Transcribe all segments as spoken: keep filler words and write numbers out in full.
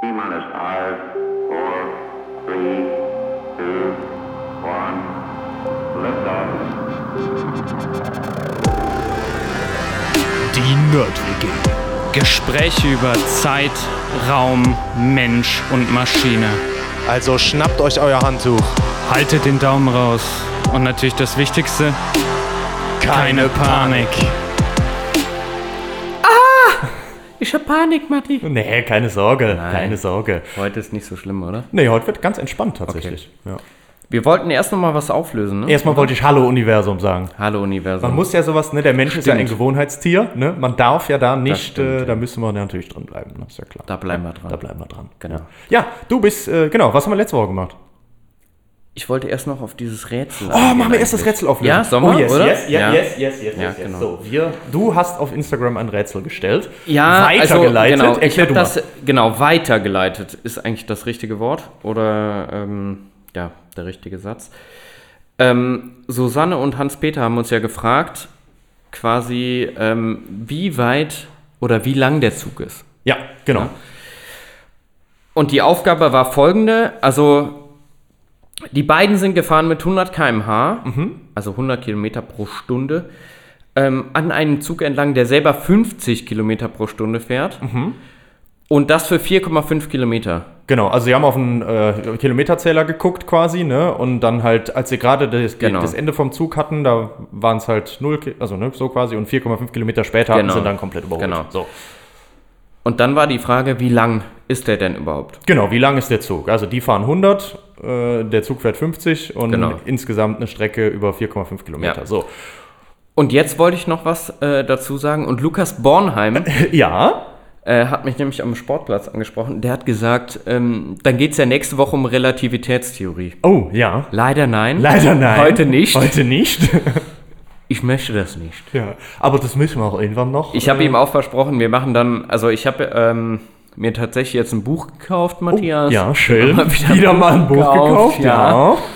T-minus five, four, three, two, one, liftoff. Die Nerd-W G. Gespräche über Zeit, Raum, Mensch und Maschine. Also schnappt euch euer Handtuch. Haltet den Daumen raus. Und natürlich das Wichtigste, keine, keine Panik. Panik. Ah! Ich hab Panik, Matti. Nee, keine Sorge, Nein. keine Sorge. Heute ist nicht so schlimm, oder? Nee, heute wird ganz entspannt tatsächlich. Okay. Ja. Wir wollten erst noch mal was auflösen, ne? Erstmal wollte ich Hallo Universum sagen. Hallo Universum. Man muss ja sowas, ne? Der Mensch stimmt. Ist ja ein Gewohnheitstier, ne? Man darf ja da nicht, stimmt, äh, ja. da müssen wir natürlich dran bleiben, ne? Ist ja klar. Da bleiben wir dran. Da bleiben wir dran. Genau. Ja, du bist, äh, genau, was haben wir letzte Woche gemacht? Ich wollte erst noch auf dieses Rätsel. Oh, machen wir erst das Rätsel auflösen. Ja, sollen wir, oh, yes, oder? Yes, ja. yes, yes, yes, ja, yes, yes. Genau. So, wir, du hast auf Instagram ein Rätsel gestellt. Ja, weitergeleitet. Also, genau, Erklär ich du das, mal. Genau, weitergeleitet ist eigentlich das richtige Wort. Oder, ähm, ja, der richtige Satz. Ähm, Susanne und Hans-Peter haben uns ja gefragt, quasi, ähm, wie weit oder wie lang der Zug ist. Ja, genau. Ja. Und die Aufgabe war folgende, also die beiden sind gefahren mit hundert Kilometer pro Stunde, mhm. also hundert Kilometer pro Stunde, ähm, an einem Zug entlang, der selber fünfzig Kilometer pro Stunde fährt. Mhm. Und das für vier Komma fünf Kilometer. Genau, also sie haben auf einen äh, Kilometerzähler geguckt quasi, ne? Und dann halt, als sie gerade das, genau. das Ende vom Zug hatten, da waren es halt null, also ne, so quasi, und vier Komma fünf Kilometer später genau. hatten sie dann komplett überholt. Genau. So. Und dann war die Frage, wie lang ist der denn überhaupt? Genau, wie lang ist der Zug? Also die fahren hundert, äh, der Zug fährt fünfzig und genau. insgesamt eine Strecke über vier Komma fünf Kilometer. Ja. So. Und jetzt wollte ich noch was äh, dazu sagen. Und Lukas Bornheim ja? äh, hat mich nämlich am Sportplatz angesprochen. Der hat gesagt, ähm, dann geht es ja nächste Woche um Relativitätstheorie. Oh, ja. Leider nein. Leider nein. Heute nicht. Heute nicht. Ich möchte das nicht. Ja, aber das müssen wir auch irgendwann noch. Ich habe äh, ihm auch versprochen, wir machen dann, also ich habe ähm, mir tatsächlich jetzt ein Buch gekauft, Matthias. Oh, ja, schön. Mal wieder, wieder mal ein Buch gekauft, gekauft ja. ja.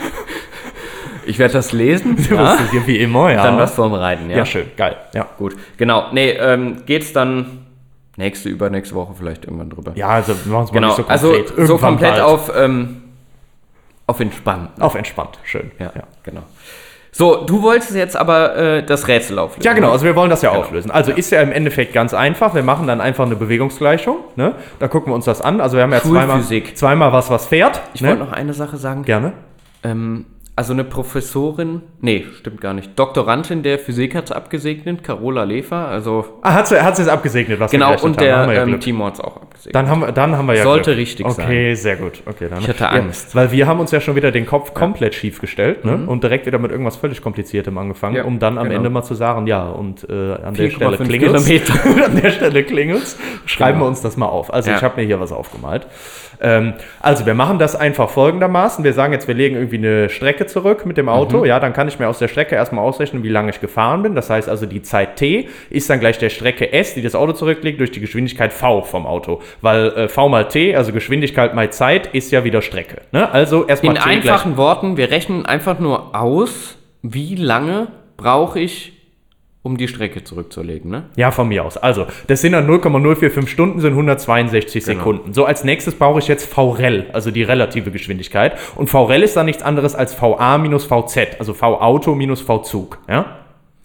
Ich werde das lesen. Du ja. wirst es dir wie immer, ja. Dann was vorbereiten, ja. Ja, schön, geil. Ja, gut. Genau, nee, ähm, geht's dann nächste, übernächste Woche vielleicht irgendwann drüber. Ja, also wir machen es mal genau. nicht so konkret. Also irgendwann so komplett bald. auf, ähm, auf entspannt. Ne? Auf entspannt, schön. Ja, ja, genau. So, du wolltest jetzt aber äh, das Rätsel auflösen. Ja, genau, also wir wollen das ja genau. auflösen. Also ja. ist ja im Endeffekt ganz einfach. Wir machen dann einfach eine Bewegungsgleichung. Ne? Da gucken wir uns das an. Also wir haben ja zweimal, zweimal was, was fährt. Ich ne? wollte noch eine Sache sagen. Gerne. Ähm, also eine Professorin, nee, stimmt gar nicht. Doktorandin der Physik hat es abgesegnet, Carola Lefer. Also ah, hat sie, hat sie es abgesegnet, was genau, wir gerechnet und der haben. Genau, ähm, Timo hat es auch abgesegnet. Dann haben, wir, dann haben wir ja Sollte Glück. richtig okay, sein. Okay, sehr gut. Okay, dann ich hatte Angst. Ja, weil wir haben uns ja schon wieder den Kopf komplett ja. schief gestellt ne? mhm. und direkt wieder mit irgendwas völlig Kompliziertem angefangen, ja, um dann am genau. Ende mal zu sagen, ja, und äh, an, der Stelle klingelt's, an der Stelle klingelt's. Schreiben genau. wir uns das mal auf. Also ja. ich habe mir hier was aufgemalt. Ähm, also wir machen das einfach folgendermaßen. Wir sagen jetzt, wir legen irgendwie eine Strecke zurück mit dem Auto. Mhm. Ja, dann kann ich mir aus der Strecke erstmal ausrechnen, wie lange ich gefahren bin. Das heißt also, die Zeit t ist dann gleich der Strecke s, die das Auto zurücklegt, durch die Geschwindigkeit v vom Auto. Weil äh, v mal t, also Geschwindigkeit mal Zeit, ist ja wieder Strecke. Ne? Also erstmal in einfachen Worten, wir rechnen einfach nur aus, wie lange brauche ich, um die Strecke zurückzulegen, ne? Ja, von mir aus. Also, das sind dann null Komma null vier fünf Stunden, sind hundertzweiundsechzig genau. Sekunden. So, als nächstes brauche ich jetzt V R E L, also die relative Geschwindigkeit. Und V R E L ist dann nichts anderes als V A minus V Z, also V-Auto minus V-Zug, ja?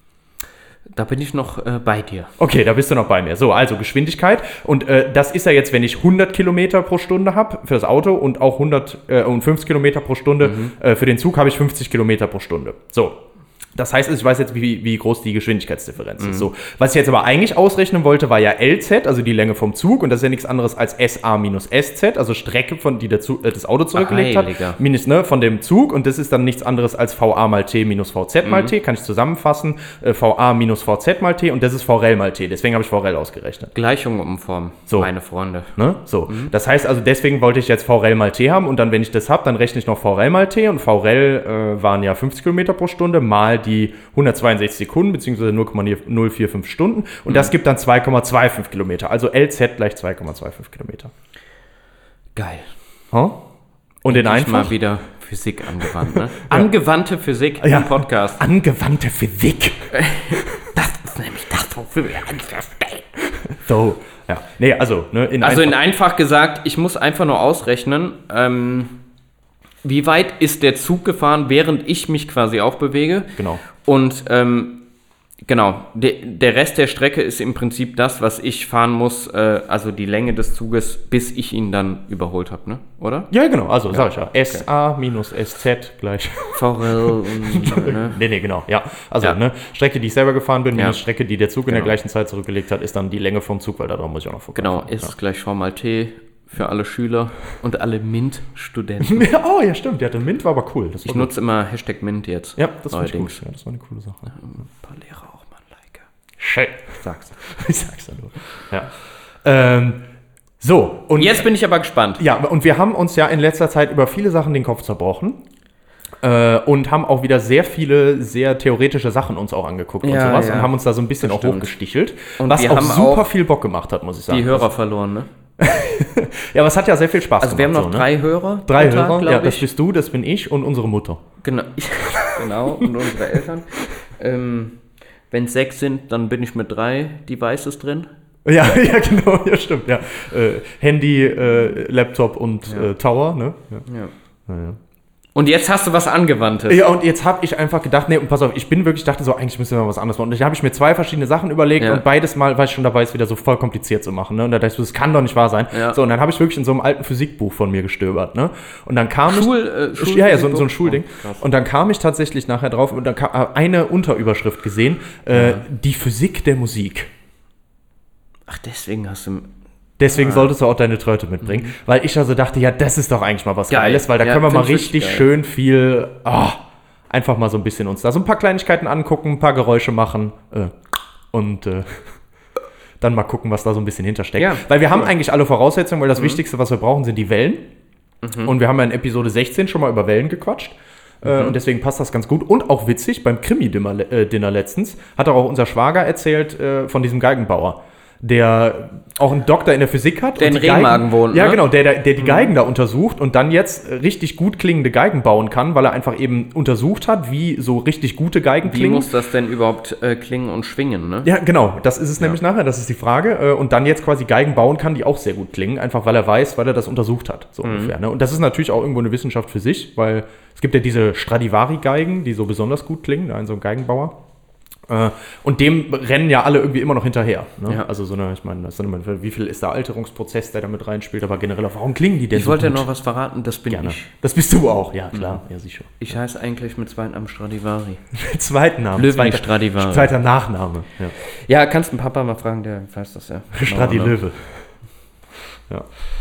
Da bin ich noch äh, bei dir. Okay, da bist du noch bei mir. So, also Geschwindigkeit. Und äh, das ist ja jetzt, wenn ich hundert Kilometer pro Stunde habe für das Auto und auch hundert äh, und fünfzig Kilometer pro Stunde mhm. äh, für den Zug habe ich fünfzig Kilometer pro Stunde. So. Das heißt, ich weiß jetzt, wie, wie groß die Geschwindigkeitsdifferenz mhm. ist. So. Was ich jetzt aber eigentlich ausrechnen wollte, war ja L Z, also die Länge vom Zug. Und das ist ja nichts anderes als S A minus S Z, also Strecke, von die der Zug, äh, das Auto zurückgelegt Ach, hat. Minus, ne, von dem Zug. Und das ist dann nichts anderes als V A mal T minus V Z mhm. mal T. Kann ich zusammenfassen. Äh, V A minus V Z mal T. Und das ist V R E L mal T. Deswegen habe ich V R E L ausgerechnet. Gleichung umformen, so. meine Freunde. Ne? So. Mhm. Das heißt also, deswegen wollte ich jetzt V R E L mal T haben. Und dann, wenn ich das habe, dann rechne ich noch V R E L mal T. Und V R E L äh, waren ja fünfzig Kilometer pro Stunde mal die hundertzweiundsechzig Sekunden, beziehungsweise null Komma null vier fünf Stunden. Und mhm. das gibt dann zwei Komma fünfundzwanzig Kilometer. Also L Z gleich zwei Komma fünfundzwanzig Kilometer. Geil. Huh? Und den einfach mal wieder Physik angewandt, ne? ja. Angewandte Physik ja. im Podcast. Angewandte Physik. Das ist nämlich das, wofür wir eigentlich verstehen. So, Ja, nee, also, ne, in Also einfach in einfach gesagt, ich muss einfach nur ausrechnen, ähm, wie weit ist der Zug gefahren, während ich mich quasi auch bewege. Genau. Und, ähm, genau, de, der Rest der Strecke ist im Prinzip das, was ich fahren muss, äh, also die Länge des Zuges, bis ich ihn dann überholt habe, ne? Oder? Ja, genau, also ja. sag ich ja. S A minus S Z gleich. V L und, ne? Nee, nee, genau, ja. Also, ja. ne, Strecke, die ich selber gefahren bin, minus ja. Strecke, die der Zug genau. in der gleichen Zeit zurückgelegt hat, ist dann die Länge vom Zug, weil daran muss ich auch noch vorbeifahren. Genau, ist ja. gleich V mal T für alle Schüler und alle MINT-Studenten. Oh, ja, stimmt, ja, der MINT war aber cool. Das war ich gut. nutze immer Hashtag MINT jetzt. Ja, das war gut. Ja, das war eine coole Sache. Ja, ein paar Lehrer auch mal like. Schön. Sag's. Ich sag's ja nur. Ja. Ähm, so. Und jetzt bin ich aber gespannt. Ja, und wir haben uns ja in letzter Zeit über viele Sachen den Kopf zerbrochen. Äh, und haben auch wieder sehr viele, sehr theoretische Sachen uns auch angeguckt ja, und sowas. Ja. Und haben uns da so ein bisschen auch hochgestichelt. Und was auch super viel Bock gemacht hat, muss ich sagen. Die Hörer verloren, ne? Ja, aber es hat ja sehr viel Spaß also gemacht. Also wir haben noch so, drei ne? Hörer. Drei Hörer, Tag, ja, das bist du, das bin ich und unsere Mutter. Genau, genau und unsere Eltern. Ähm, wenn es sechs sind, dann bin ich mit drei Devices drin. Ja, ja, genau, ja, stimmt. Ja. Äh, Handy, äh, Laptop und ja. äh, Tower, ne? Ja. Ja. Ja, ja. Und jetzt hast du was Angewandtes. Ja, und jetzt habe ich einfach gedacht, nee, und pass auf, ich bin wirklich, dachte so, eigentlich müssen wir mal was anderes machen. Und da habe ich mir zwei verschiedene Sachen überlegt ja. und beides Mal war ich schon dabei, es wieder so voll kompliziert zu machen. Ne? Und da dachte ich, das kann doch nicht wahr sein. Ja. So, und dann habe ich wirklich in so einem alten Physikbuch von mir gestöbert. Ne? Und dann kam Schul, ich... Äh, Schul ja, ja, so, so ein Schulding. Oh, und dann kam ich tatsächlich nachher drauf und dann kam eine Unterüberschrift gesehen, äh, ja. die Physik der Musik. Ach, deswegen hast du... Deswegen ah. solltest du auch deine Tröte mitbringen, mhm. weil ich also dachte, ja, das ist doch eigentlich mal was Geil. Geiles, weil da ja, können wir mal richtig schön viel, oh, einfach mal so ein bisschen uns da so ein paar Kleinigkeiten angucken, ein paar Geräusche machen äh, und äh, dann mal gucken, was da so ein bisschen hintersteckt. Ja. Weil wir haben ja. eigentlich alle Voraussetzungen, weil das mhm. Wichtigste, was wir brauchen, sind die Wellen. Mhm. Und wir haben ja in Episode sechzehn schon mal über Wellen gequatscht. Mhm. Äh, und deswegen passt das ganz gut. Und auch witzig, beim Krimi-Dinner äh, Dinner letztens hat auch unser Schwager erzählt äh, von diesem Geigenbauer, der auch einen Doktor in der Physik hat. Der in Remagen wohnt, Ja, ne? genau, der, der, der die Geigen mhm. da untersucht und dann jetzt richtig gut klingende Geigen bauen kann, weil er einfach eben untersucht hat, wie so richtig gute Geigen wie klingen. Wie muss das denn überhaupt äh, klingen und schwingen, ne? Ja, genau, das ist es ja. nämlich nachher, das ist die Frage. Und dann jetzt quasi Geigen bauen kann, die auch sehr gut klingen, einfach weil er weiß, weil er das untersucht hat, so mhm. ungefähr. Ne? Und das ist natürlich auch irgendwo eine Wissenschaft für sich, weil es gibt ja diese Stradivari-Geigen, die so besonders gut klingen, ein so ein Geigenbauer. Und dem rennen ja alle irgendwie immer noch hinterher. Ne? Ja. Also so eine, ich meine, wie viel ist der Alterungsprozess, der da mit reinspielt, aber generell, warum klingen die denn ich so gut? Ich wollte ja noch was verraten, das bin Gerne. ich. Das bist du auch, ja klar, mhm. ja sicher. Ich heiße eigentlich mit zweiten Namen Stradivari. Mit zweiten Namen? Löwe Stradivari. Zweiter Nachname, ja. Ja, kannst du den Papa mal fragen, der weiß das ja. Stradi Löwe. Ja.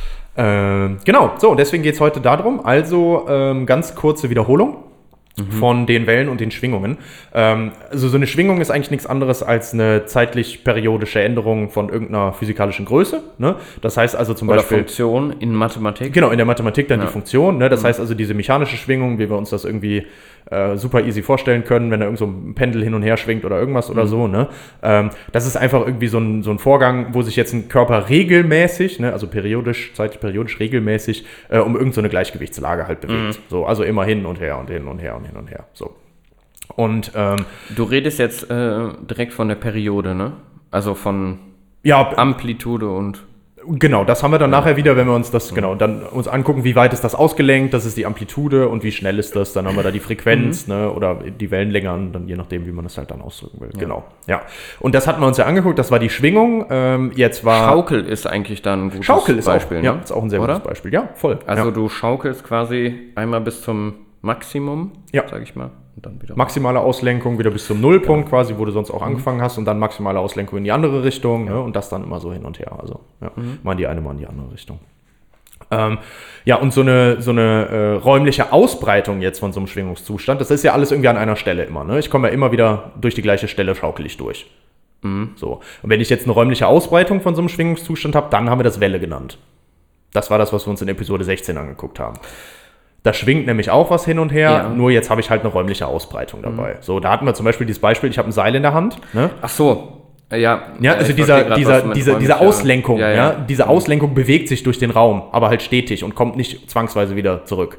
Ähm, genau, so, deswegen geht es heute darum, also ähm, ganz kurze Wiederholung. Mhm. Von den Wellen und den Schwingungen. Ähm, also so eine Schwingung ist eigentlich nichts anderes als eine zeitlich-periodische Änderung von irgendeiner physikalischen Größe. Ne? Das heißt also zum Oder Beispiel... Funktion in Mathematik. Genau, in der Mathematik dann ja. die Funktion. Ne? Das mhm. heißt also diese mechanische Schwingung, wie wir uns das irgendwie äh, super easy vorstellen können, wenn da irgend so ein Pendel hin und her schwingt oder irgendwas mhm. oder so. Ne? Ähm, das ist einfach irgendwie so ein, so ein Vorgang, wo sich jetzt ein Körper regelmäßig, ne? also periodisch, zeitlich-periodisch regelmäßig, äh, um irgend so eine Gleichgewichtslage halt bewegt. Mhm. So, also immer hin und her und hin und her und hin und her. So. Und ähm, du redest jetzt äh, direkt von der Periode, ne? Also von ja, Amplitude und genau, das haben wir dann ja. nachher wieder, wenn wir uns das, genau, dann uns angucken, wie weit ist das ausgelenkt, das ist die Amplitude und wie schnell ist das, dann haben wir da die Frequenz, mhm. ne, oder die Wellenlänge, dann je nachdem, wie man das halt dann ausdrücken will. Ja. Genau, ja. Und das hatten wir uns ja angeguckt, das war die Schwingung, ähm, jetzt war... Schaukel ist eigentlich dann ein gutes Schaukel ist Beispiel, auch, ne? Ja, ist auch ein sehr oder? gutes Beispiel, ja, voll. Also ja. du schaukelst quasi einmal bis zum Maximum, ja. sag ich mal. Und dann wieder maximale Auslenkung wieder bis zum Nullpunkt, genau. quasi, wo du sonst auch angefangen hast, und dann maximale Auslenkung in die andere Richtung, ja. ne, und das dann immer so hin und her. Also ja, mhm. mal in die eine, mal in die andere Richtung. Ähm, ja, und so eine, so eine äh, räumliche Ausbreitung jetzt von so einem Schwingungszustand, das ist ja alles irgendwie an einer Stelle immer. Ne? Ich komme ja immer wieder durch die gleiche Stelle, schaukel ich durch. Mhm. So. Und wenn ich jetzt eine räumliche Ausbreitung von so einem Schwingungszustand habe, dann haben wir das Welle genannt. Das war das, was wir uns in Episode sechzehn angeguckt haben. Da schwingt nämlich auch was hin und her, ja. nur jetzt habe ich halt eine räumliche Ausbreitung dabei. Mhm. So, da hatten wir zum Beispiel dieses Beispiel, ich habe ein Seil in der Hand. Ne? Ach so, ja. Ja, also dieser, grad, dieser, diese, diese Auslenkung, ja, ja. Ja, diese Auslenkung bewegt sich durch den Raum, aber halt stetig und kommt nicht zwangsweise wieder zurück.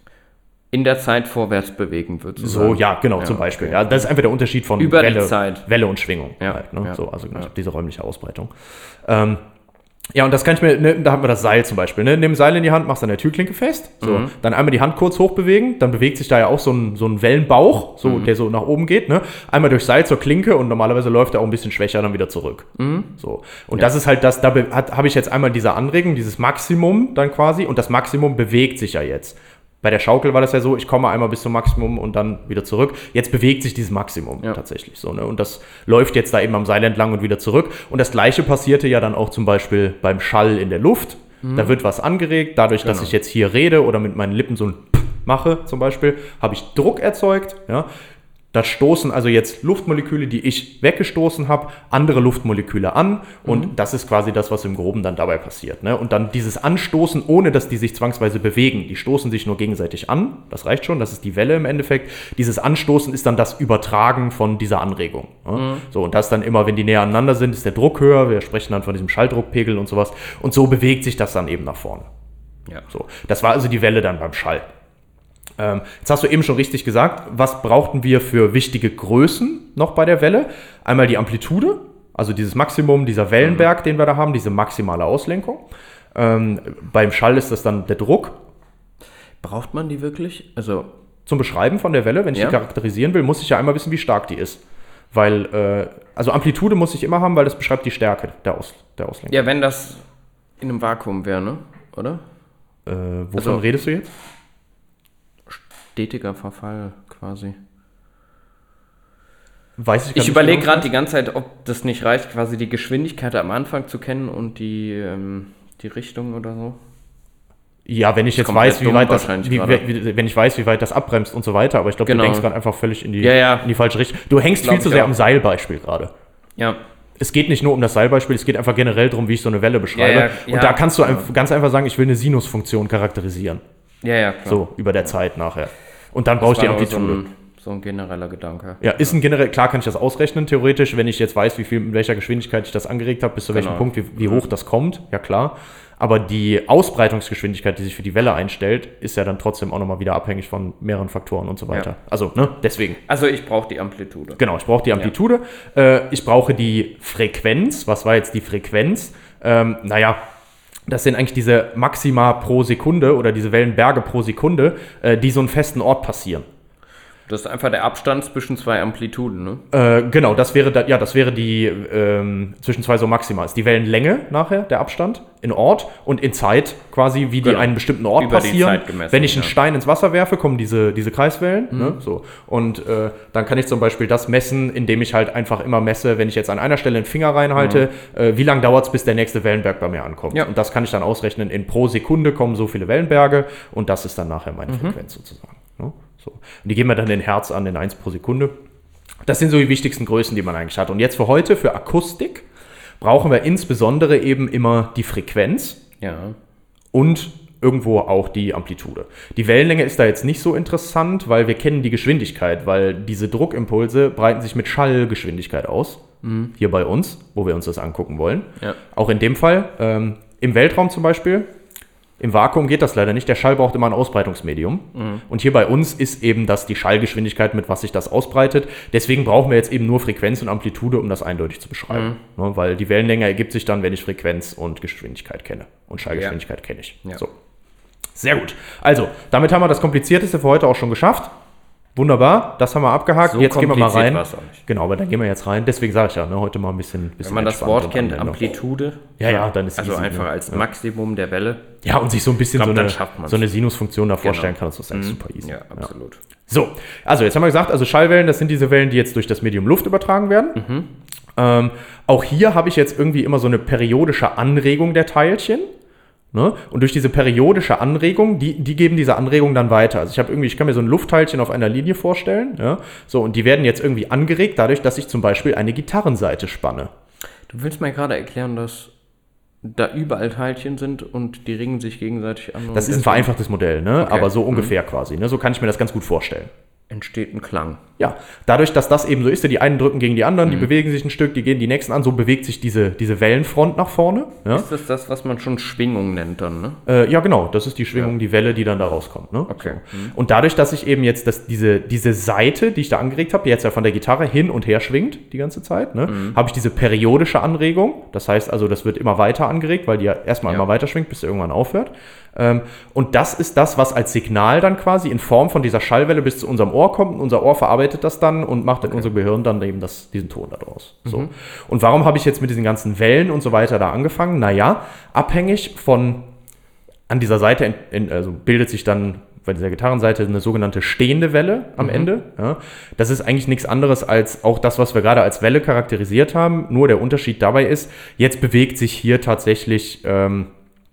In der Zeit vorwärts bewegen wird. So, ja, genau, ja, zum Beispiel. Okay. Ja, das ist einfach der Unterschied von Über Welle, die Zeit. Welle und Schwingung. Ja, halt, ne? ja. So, also ja. diese räumliche Ausbreitung. Ähm, Ja, und das kann ich mir, ne, da haben wir das Seil zum Beispiel, ne? Nimm Seil in die Hand, machst an der Türklinke fest, so, mhm. dann einmal die Hand kurz hochbewegen, dann bewegt sich da ja auch so ein, so ein Wellenbauch, so, mhm. der so nach oben geht, ne? Einmal durch Seil zur Klinke und normalerweise läuft er auch ein bisschen schwächer dann wieder zurück. Mhm. So. Und ja. das ist halt das, da habe ich jetzt einmal diese Anregung, dieses Maximum dann quasi, und das Maximum bewegt sich ja jetzt. Bei der Schaukel war das ja so, ich komme einmal bis zum Maximum und dann wieder zurück. Jetzt bewegt sich dieses Maximum ja. tatsächlich so, ne? Und das läuft jetzt da eben am Seil entlang und wieder zurück. Und das Gleiche passierte ja dann auch zum Beispiel beim Schall in der Luft. Mhm. Da wird was angeregt. Dadurch, genau. dass ich jetzt hier rede oder mit meinen Lippen so ein P mache zum Beispiel, habe ich Druck erzeugt. Ja? Da stoßen also jetzt Luftmoleküle, die ich weggestoßen habe, andere Luftmoleküle an. Und mhm. das ist quasi das, was im Groben dann dabei passiert. Ne? Und dann dieses Anstoßen, ohne dass die sich zwangsweise bewegen. Die stoßen sich nur gegenseitig an. Das reicht schon, das ist die Welle im Endeffekt. Dieses Anstoßen ist dann das Übertragen von dieser Anregung. Ne? Mhm. So, und das dann immer, wenn die näher aneinander sind, ist der Druck höher. Wir sprechen dann von diesem Schalldruckpegel und sowas. Und so bewegt sich das dann eben nach vorne. Ja. So, das war also die Welle dann beim Schall. Jetzt hast du eben schon richtig gesagt, was brauchten wir für wichtige Größen noch bei der Welle? Einmal die Amplitude, also dieses Maximum, dieser Wellenberg, mhm. den wir da haben, diese maximale Auslenkung. Ähm, beim Schall ist das dann der Druck. Braucht man die wirklich? Also zum Beschreiben von der Welle, wenn ich ja. die charakterisieren will, muss ich ja einmal wissen, wie stark die ist. Weil, äh, also Amplitude muss ich immer haben, weil das beschreibt die Stärke der, Aus, der Auslenkung. Ja, wenn das in einem Vakuum wäre, ne? Oder? Äh, wovon also, redest du jetzt? Stetiger Verfall quasi. Weiß ich ich überlege gerade die ganze Zeit, ob das nicht reicht, quasi die Geschwindigkeit am Anfang zu kennen und die, ähm, die Richtung oder so. Ja, wenn ich jetzt weiß, wie weit das, wie, wie, wenn ich weiß, wie weit das abbremst und so weiter, aber ich glaube, genau. du denkst gerade einfach völlig in die, ja, ja. in die falsche Richtung. Du hängst viel zu sehr auch. am Seilbeispiel gerade. Ja. Es geht nicht nur um das Seilbeispiel, es geht einfach generell darum, wie ich so eine Welle beschreibe. Ja, ja, und ja, da kannst du genau. ein, ganz einfach sagen, ich will eine Sinusfunktion charakterisieren. Ja, ja, klar. So, über der Zeit nachher. Und dann brauche ich die Amplitude. So ein, so ein genereller Gedanke. Ja, ist ein generell, klar kann ich das ausrechnen, theoretisch, wenn ich jetzt weiß, wie viel, mit welcher Geschwindigkeit ich das angeregt habe, bis zu welchem genau. Punkt, wie, wie hoch das kommt, ja klar. Aber die Ausbreitungsgeschwindigkeit, die sich für die Welle einstellt, ist ja dann trotzdem auch nochmal wieder abhängig von mehreren Faktoren und so weiter. Ja. Also, ne, deswegen. Also ich brauche die Amplitude. Genau, ich brauche die Amplitude. Ja. Äh, ich brauche die Frequenz. Was war jetzt die Frequenz? Ähm, naja, das sind eigentlich diese Maxima pro Sekunde oder diese Wellenberge pro Sekunde, äh, die so einen festen Ort passieren. Das ist einfach der Abstand zwischen zwei Amplituden, ne? Äh, genau, das wäre, da, ja, das wäre die ähm, zwischen zwei so Maxima. Ist die Wellenlänge nachher, der Abstand, in Ort und in Zeit quasi, wie die genau. einen bestimmten Ort Über passieren. Die Zeit gemessen, Wenn ich einen ja. Stein ins Wasser werfe, kommen diese, diese Kreiswellen. Mhm. Ne? So. Und äh, dann kann ich zum Beispiel das messen, indem ich halt einfach immer messe, wenn ich jetzt an einer Stelle einen Finger reinhalte, mhm. äh, wie lange dauert es, bis der nächste Wellenberg bei mir ankommt. Ja. Und das kann ich dann ausrechnen, in pro Sekunde kommen so viele Wellenberge und das ist dann nachher meine mhm. Frequenz sozusagen. Ne? So. Und die geben wir dann in Hertz an, in eins pro Sekunde. Das sind so die wichtigsten Größen, die man eigentlich hat. Und jetzt für heute, für Akustik, brauchen wir insbesondere eben immer die Frequenz ja. und irgendwo auch die Amplitude. Die Wellenlänge ist da jetzt nicht so interessant, weil wir kennen die Geschwindigkeit, weil diese Druckimpulse breiten sich mit Schallgeschwindigkeit aus, mhm. hier bei uns, wo wir uns das angucken wollen. Ja. Auch in dem Fall, ähm, im Weltraum zum Beispiel, im Vakuum geht das leider nicht. Der Schall braucht immer ein Ausbreitungsmedium. Mhm. Und hier bei uns ist eben das die Schallgeschwindigkeit, mit was sich das ausbreitet. Deswegen brauchen wir jetzt eben nur Frequenz und Amplitude, um das eindeutig zu beschreiben. Mhm. Ne, weil die Wellenlänge ergibt sich dann, wenn ich Frequenz und Geschwindigkeit kenne. Und Schallgeschwindigkeit ja. kenne ich. Ja. So. Sehr gut. Also, damit haben wir das Komplizierteste für heute auch schon geschafft. Wunderbar, das haben wir abgehakt. So jetzt gehen wir mal rein. Nicht. Genau, aber dann gehen wir jetzt rein. Deswegen sage ich ja, ne, heute mal ein bisschen, bisschen wenn man das Wort kennt, Amplitude. Ja, ja, dann ist also easy, einfach ne? als ja. Maximum der Welle. Ja, und sich so ein bisschen glaub, so, eine, so eine Sinusfunktion da vorstellen genau. kann, das ist mhm. super easy. Ja, absolut. Ja. So, also jetzt haben wir gesagt, also Schallwellen, das sind diese Wellen, die jetzt durch das Medium Luft übertragen werden. Mhm. Ähm, auch hier habe ich jetzt irgendwie immer so eine periodische Anregung der Teilchen. Ne? Und durch diese periodische Anregung, die, die geben diese Anregung dann weiter. Also ich habe irgendwie, ich kann mir so ein Luftteilchen auf einer Linie vorstellen, ja? So, und die werden jetzt irgendwie angeregt dadurch, dass ich zum Beispiel eine Gitarrensaite spanne. Du willst mir gerade erklären, dass da überall Teilchen sind und die regen sich gegenseitig an. Das ist ein vereinfachtes Modell, ne? Okay. Aber so ungefähr mhm. quasi. Ne? So kann ich mir das ganz gut vorstellen. Entsteht ein Klang. Ja, dadurch, dass das eben so ist, die einen drücken gegen die anderen, mhm. die bewegen sich ein Stück, die gehen die nächsten an, so bewegt sich diese, diese Wellenfront nach vorne. Ja. Ist das das, was man schon Schwingung nennt dann, ne? Äh, ja, genau, das ist die Schwingung, ja. die Welle, die dann da rauskommt. Ne? Okay. Mhm. Und dadurch, dass ich eben jetzt das, diese, diese Saite, die ich da angeregt habe, die jetzt ja von der Gitarre hin und her schwingt die ganze Zeit, ne, mhm. habe ich diese periodische Anregung. Das heißt also, das wird immer weiter angeregt, weil die ja erstmal ja. immer weiter schwingt, bis sie irgendwann aufhört. Ähm, und das ist das, was als Signal dann quasi in Form von dieser Schallwelle bis zu unserem Ohr kommt. Und unser Ohr verarbeitet das dann und macht in okay. unser Gehirn dann eben das, diesen Ton daraus. Mhm. So. Und warum habe ich jetzt mit diesen ganzen Wellen und so weiter da angefangen? Naja, abhängig von, an dieser Seite in, in, also bildet sich dann bei dieser Gitarrenseite eine sogenannte stehende Welle am mhm. Ende. Ja. Das ist eigentlich nichts anderes als auch das, was wir gerade als Welle charakterisiert haben. Nur der Unterschied dabei ist, jetzt bewegt sich hier tatsächlich ähm,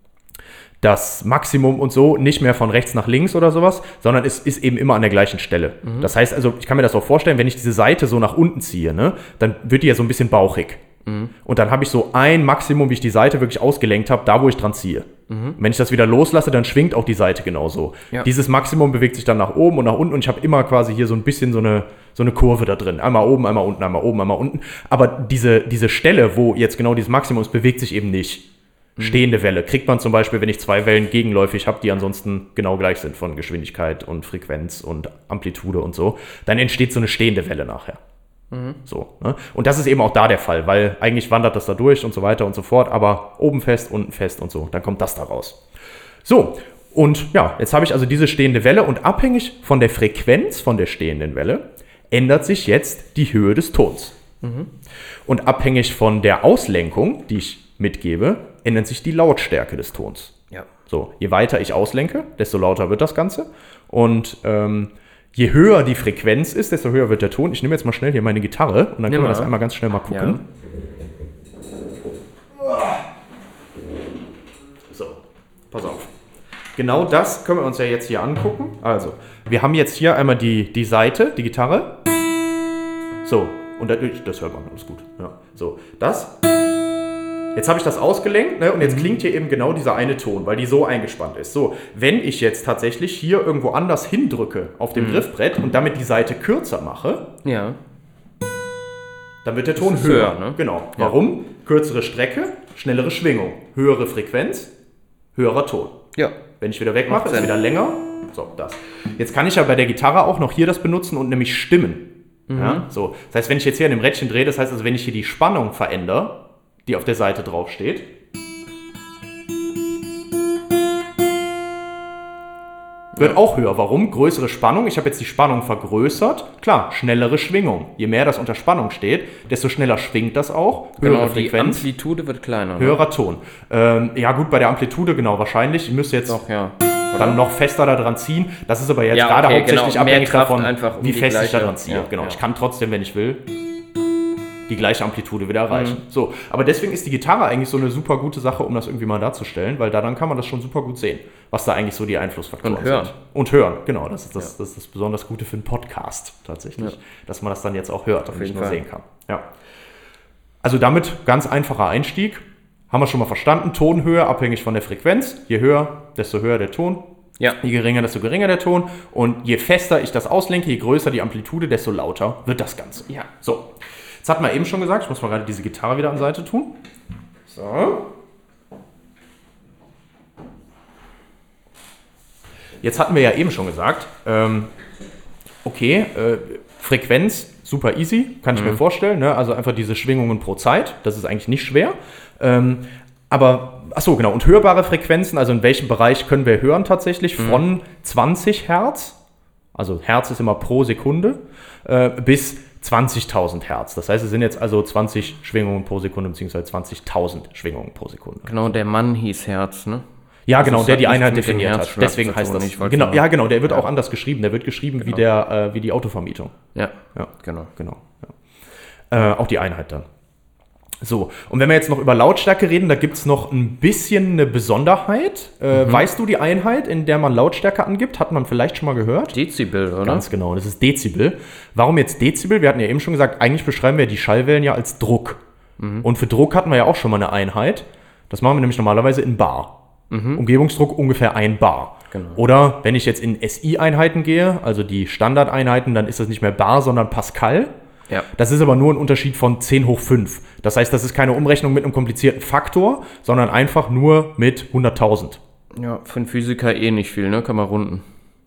das Maximum und so nicht mehr von rechts nach links oder sowas, sondern es ist eben immer an der gleichen Stelle. Mhm. Das heißt also, ich kann mir das auch vorstellen, wenn ich diese Seite so nach unten ziehe, ne, dann wird die ja so ein bisschen bauchig. Mhm. Und dann habe ich so ein Maximum, wie ich die Seite wirklich ausgelenkt habe, da wo ich dran ziehe. Mhm. Wenn ich das wieder loslasse, dann schwingt auch die Seite genauso. Ja. Dieses Maximum bewegt sich dann nach oben und nach unten und ich habe immer quasi hier so ein bisschen so eine, so eine Kurve da drin. Einmal oben, einmal unten, einmal oben, einmal unten. Aber diese, diese Stelle, wo jetzt genau dieses Maximum ist, bewegt sich eben nicht. Stehende Welle kriegt man zum Beispiel, wenn ich zwei Wellen gegenläufig habe, die ansonsten genau gleich sind von Geschwindigkeit und Frequenz und Amplitude und so, dann entsteht so eine stehende Welle nachher. Mhm. So, ne? Und das ist eben auch da der Fall, weil eigentlich wandert das da durch und so weiter und so fort, aber oben fest, unten fest und so, dann kommt das da raus. So, und ja, jetzt habe ich also diese stehende Welle und abhängig von der Frequenz von der stehenden Welle ändert sich jetzt die Höhe des Tons. Mhm. Und abhängig von der Auslenkung, die ich mitgebe, ändert sich die Lautstärke des Tons. Ja. So, je weiter ich auslenke, desto lauter wird das Ganze. Und ähm, je höher die Frequenz ist, desto höher wird der Ton. Ich nehme jetzt mal schnell hier meine Gitarre und dann können wir das einmal ganz schnell mal gucken. Ja. So, pass auf. Genau das können wir uns ja jetzt hier angucken. Also, wir haben jetzt hier einmal die, die Seite, die Gitarre. So, und das, das hört man, alles gut. Ja. So, das. Jetzt habe ich das ausgelenkt, ne, und jetzt klingt hier eben genau dieser eine Ton, weil die so eingespannt ist. So, wenn ich jetzt tatsächlich hier irgendwo anders hindrücke auf dem mhm. Griffbrett und damit die Seite kürzer mache, ja. dann wird der Ton höher. höher ne? Genau. Ja. Warum? Kürzere Strecke, schnellere Schwingung, höhere Frequenz, höherer Ton. Ja. Wenn ich wieder wegmache, ist es wieder länger. So, das. Jetzt kann ich ja bei der Gitarre auch noch hier das benutzen und nämlich stimmen. Mhm. Ja, so. Das heißt, wenn ich jetzt hier an dem Rädchen drehe, das heißt also, wenn ich hier die Spannung verändere, die auf der Seite drauf steht. Wird ja. auch höher. Warum? Größere Spannung. Ich habe jetzt die Spannung vergrößert. Klar, schnellere Schwingung. Je mehr das unter Spannung steht, desto schneller schwingt das auch. Höhere genau, Frequenz. Die Amplitude wird kleiner. Höherer ne? Ton. Ähm, ja gut, bei der Amplitude genau wahrscheinlich. Ich müsste jetzt Doch, ja. dann noch fester da dran ziehen. Das ist aber jetzt ja, gerade okay, hauptsächlich genau. abhängig davon, um wie fest ich da dran ziehe. Ja, genau. Ja. Ich kann trotzdem, wenn ich will, die gleiche Amplitude wieder erreichen. Mhm. So, aber deswegen ist die Gitarre eigentlich so eine super gute Sache, um das irgendwie mal darzustellen, weil da dann kann man das schon super gut sehen, was da eigentlich so die Einflussfaktoren Und hören. sind. Und hören, genau. Das ist das, ja. das, ist das besonders Gute für einen Podcast tatsächlich, ja. dass man das dann jetzt auch hört und nicht nur Fall. sehen kann. Ja. Also damit ganz einfacher Einstieg. Haben wir schon mal verstanden. Tonhöhe abhängig von der Frequenz. Je höher, desto höher der Ton. Ja. Je geringer, desto geringer der Ton. Und je fester ich das auslenke, je größer die Amplitude, desto lauter wird das Ganze. Ja. So. Das hatten wir eben schon gesagt. Ich muss mal gerade diese Gitarre wieder an Seite tun. So. Jetzt hatten wir ja eben schon gesagt, ähm, okay, äh, Frequenz, super easy, kann ich mhm. mir vorstellen. Ne? Also einfach diese Schwingungen pro Zeit, das ist eigentlich nicht schwer. Ähm, aber, achso, genau, und hörbare Frequenzen, also in welchem Bereich können wir hören tatsächlich? Mhm. Von zwanzig Hertz, also Hertz ist immer pro Sekunde, äh, bis zwanzigtausend Hertz. Das heißt, es sind jetzt also zwanzig Schwingungen pro Sekunde, beziehungsweise zwanzigtausend Schwingungen pro Sekunde. Genau, der Mann hieß Hertz, ne? Ja, also genau, der die Einheit definiert hat. Deswegen heißt das nicht. Genau, ja, genau, der wird ja. auch anders geschrieben. Der wird geschrieben genau. wie, der, äh, wie die Autovermietung. Ja, ja. genau. genau ja. Äh, auch die Einheit dann. So, und wenn wir jetzt noch über Lautstärke reden, da gibt es noch ein bisschen eine Besonderheit. Äh, mhm. Weißt du die Einheit, in der man Lautstärke angibt? Hat man vielleicht schon mal gehört? Dezibel, oder? Ganz genau, das ist Dezibel. Warum jetzt Dezibel? Wir hatten ja eben schon gesagt, eigentlich beschreiben wir die Schallwellen ja als Druck. Mhm. Und für Druck hatten wir ja auch schon mal eine Einheit. Das machen wir nämlich normalerweise in Bar. Mhm. Umgebungsdruck ungefähr ein Bar. Genau. Oder wenn ich jetzt in S I-Einheiten gehe, also die Standardeinheiten, dann ist das nicht mehr Bar, sondern Pascal. Ja. Das ist aber nur ein Unterschied von zehn hoch fünf. Das heißt, das ist keine Umrechnung mit einem komplizierten Faktor, sondern einfach nur mit hunderttausend. Ja, für einen Physiker eh nicht viel, ne? Kann man runden.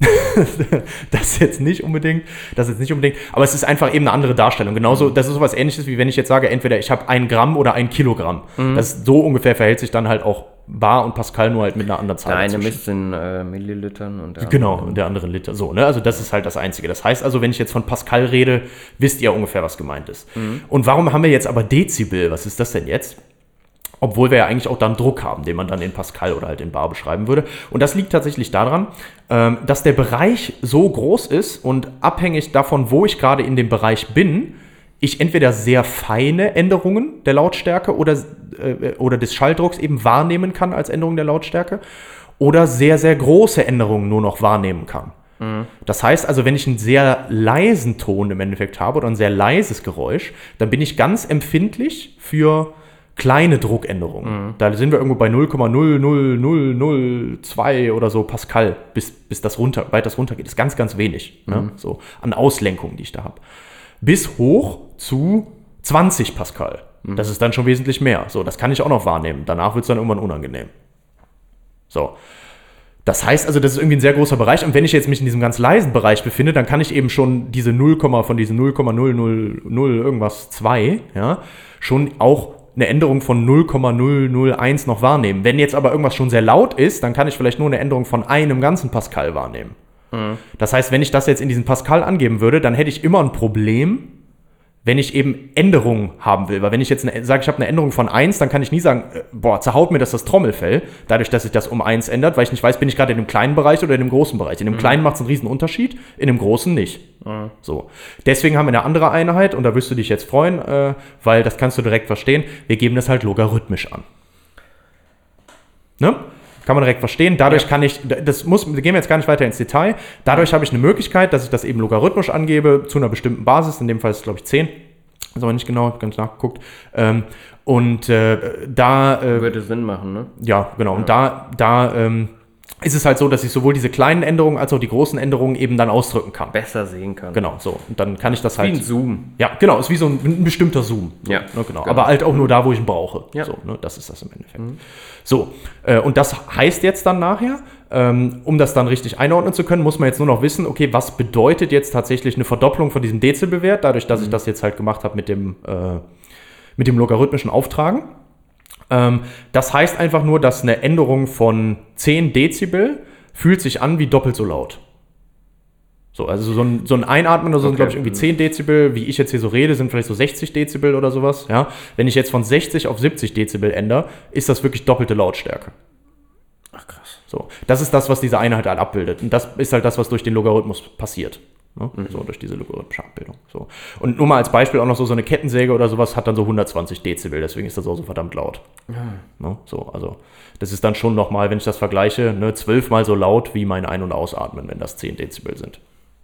das jetzt nicht unbedingt, das jetzt nicht unbedingt, aber es ist einfach eben eine andere Darstellung. Genauso, das ist sowas Ähnliches, wie wenn ich jetzt sage, entweder ich habe ein Gramm oder ein Kilogramm. Mhm. Das so ungefähr verhält sich dann halt auch Bar und Pascal, nur halt mit einer anderen Zahl. Der eine misst in äh, Millilitern und der genau, und der andere Liter. So, ne? Also das ist halt das Einzige. Das heißt also, wenn ich jetzt von Pascal rede, wisst ihr ungefähr, was gemeint ist. Mhm. Und warum haben wir jetzt aber Dezibel? Was ist das denn jetzt? Obwohl wir ja eigentlich auch dann Druck haben, den man dann in Pascal oder halt in Bar beschreiben würde. Und das liegt tatsächlich daran, dass der Bereich so groß ist und abhängig davon, wo ich gerade in dem Bereich bin, ich entweder sehr feine Änderungen der Lautstärke oder, äh, oder des Schalldrucks eben wahrnehmen kann als Änderung der Lautstärke oder sehr, sehr große Änderungen nur noch wahrnehmen kann. Mhm. Das heißt also, wenn ich einen sehr leisen Ton im Endeffekt habe oder ein sehr leises Geräusch, dann bin ich ganz empfindlich für kleine Druckänderungen. Mhm. Da sind wir irgendwo bei null Komma null null null null zwei oder so Pascal, bis, bis das runter, weit das runtergeht. Das ist ganz, ganz wenig, mhm. ne? So an Auslenkungen, die ich da habe. Bis hoch zu zwanzig Pascal. Mhm. Das ist dann schon wesentlich mehr. So, das kann ich auch noch wahrnehmen. Danach wird es dann irgendwann unangenehm. So. Das heißt also, das ist irgendwie ein sehr großer Bereich. Und wenn ich jetzt mich in diesem ganz leisen Bereich befinde, dann kann ich eben schon diese null, von diesen null Komma null null null irgendwas zwei, ja, schon auch eine Änderung von null Komma null null eins noch wahrnehmen. Wenn jetzt aber irgendwas schon sehr laut ist, dann kann ich vielleicht nur eine Änderung von einem ganzen Pascal wahrnehmen. Mhm. Das heißt, wenn ich das jetzt in diesen Pascal angeben würde, dann hätte ich immer ein Problem, wenn ich eben Änderungen haben will. Weil wenn ich jetzt eine, sage, ich habe eine Änderung von eins, dann kann ich nie sagen, boah, zerhaut mir das das Trommelfell, dadurch, dass sich das um eins ändert, weil ich nicht weiß, bin ich gerade in dem kleinen Bereich oder in dem großen Bereich. In dem mhm. kleinen macht es einen riesen Unterschied, in dem großen nicht. Mhm. So. Deswegen haben wir eine andere Einheit, und da wirst du dich jetzt freuen, äh, weil das kannst du direkt verstehen, wir geben das halt logarithmisch an. Ne? Kann man direkt verstehen. Dadurch ja. kann ich, das muss, wir gehen jetzt gar nicht weiter ins Detail, dadurch habe ich eine Möglichkeit, dass ich das eben logarithmisch angebe, zu einer bestimmten Basis, in dem Fall ist es, glaube ich, zehn. Das ist aber nicht genau, ich habe gar nicht nachgeguckt. Ähm, und äh, da... Äh, würde Sinn machen, ne? Ja, genau. Ja. Und da, da ähm, ist es halt so, dass ich sowohl diese kleinen Änderungen als auch die großen Änderungen eben dann ausdrücken kann. Besser sehen kann. Genau, so. Und dann kann ich das halt... Wie ein Zoom. Ja, genau. Ist wie so ein, ein bestimmter Zoom. So, ja. Ne, genau. genau. Aber halt auch nur da, wo ich ihn brauche. Ja. So, ne, das ist das im Endeffekt. Mhm. So, äh, und das heißt jetzt dann nachher, ähm, um das dann richtig einordnen zu können, muss man jetzt nur noch wissen, okay, was bedeutet jetzt tatsächlich eine Verdopplung von diesem Dezibelwert, dadurch, dass mhm. ich das jetzt halt gemacht habe mit dem, äh, mit dem logarithmischen Auftragen. Ähm, das heißt einfach nur, dass eine Änderung von zehn Dezibel fühlt sich an wie doppelt so laut. So, also so ein, so ein Einatmen oder so okay. sind, glaube ich, irgendwie zehn Dezibel. Wie ich jetzt hier so rede, sind vielleicht so sechzig Dezibel oder sowas. Ja? Wenn ich jetzt von sechzig auf siebzig Dezibel ändere, ist das wirklich doppelte Lautstärke. Ach krass. So, das ist das, was diese Einheit halt abbildet. Und das ist halt das, was durch den Logarithmus passiert. Ne? Mhm. So, durch diese logarithmische Abbildung. So. Und nur mal als Beispiel auch noch so, so eine Kettensäge oder sowas hat dann so hundertzwanzig Dezibel, deswegen ist das auch so verdammt laut. Mhm. Ne? So, also das ist dann schon nochmal, wenn ich das vergleiche, ne, zwölfmal so laut wie mein Ein- und Ausatmen, wenn das zehn Dezibel sind.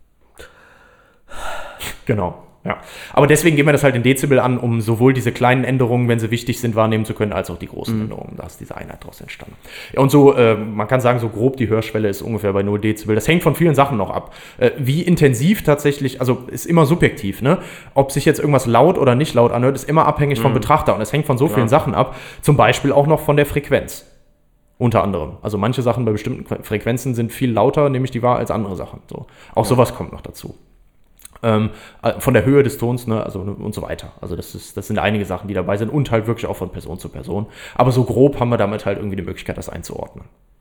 Genau, ja. Aber deswegen gehen wir das halt in Dezibel an, um sowohl diese kleinen Änderungen, wenn sie wichtig sind, wahrnehmen zu können, als auch die großen mhm. Änderungen. Da ist diese Einheit daraus entstanden. Ja, und so, äh, man kann sagen, so grob die Hörschwelle ist ungefähr bei null Dezibel. Das hängt von vielen Sachen noch ab. Äh, wie intensiv tatsächlich, also ist immer subjektiv, ne? Ob sich jetzt irgendwas laut oder nicht laut anhört, ist immer abhängig mhm. vom Betrachter. Und es hängt von so vielen ja. Sachen ab. Zum Beispiel auch noch von der Frequenz. Unter anderem. Also manche Sachen bei bestimmten Frequenzen sind viel lauter, nehme ich die wahr, als andere Sachen. So. Auch ja. sowas kommt noch dazu. Ähm, von der Höhe des Tons, ne, also und so weiter. Also das ist, das sind einige Sachen, die dabei sind und halt wirklich auch von Person zu Person. Aber so grob haben wir damit halt irgendwie die Möglichkeit, das einzuordnen.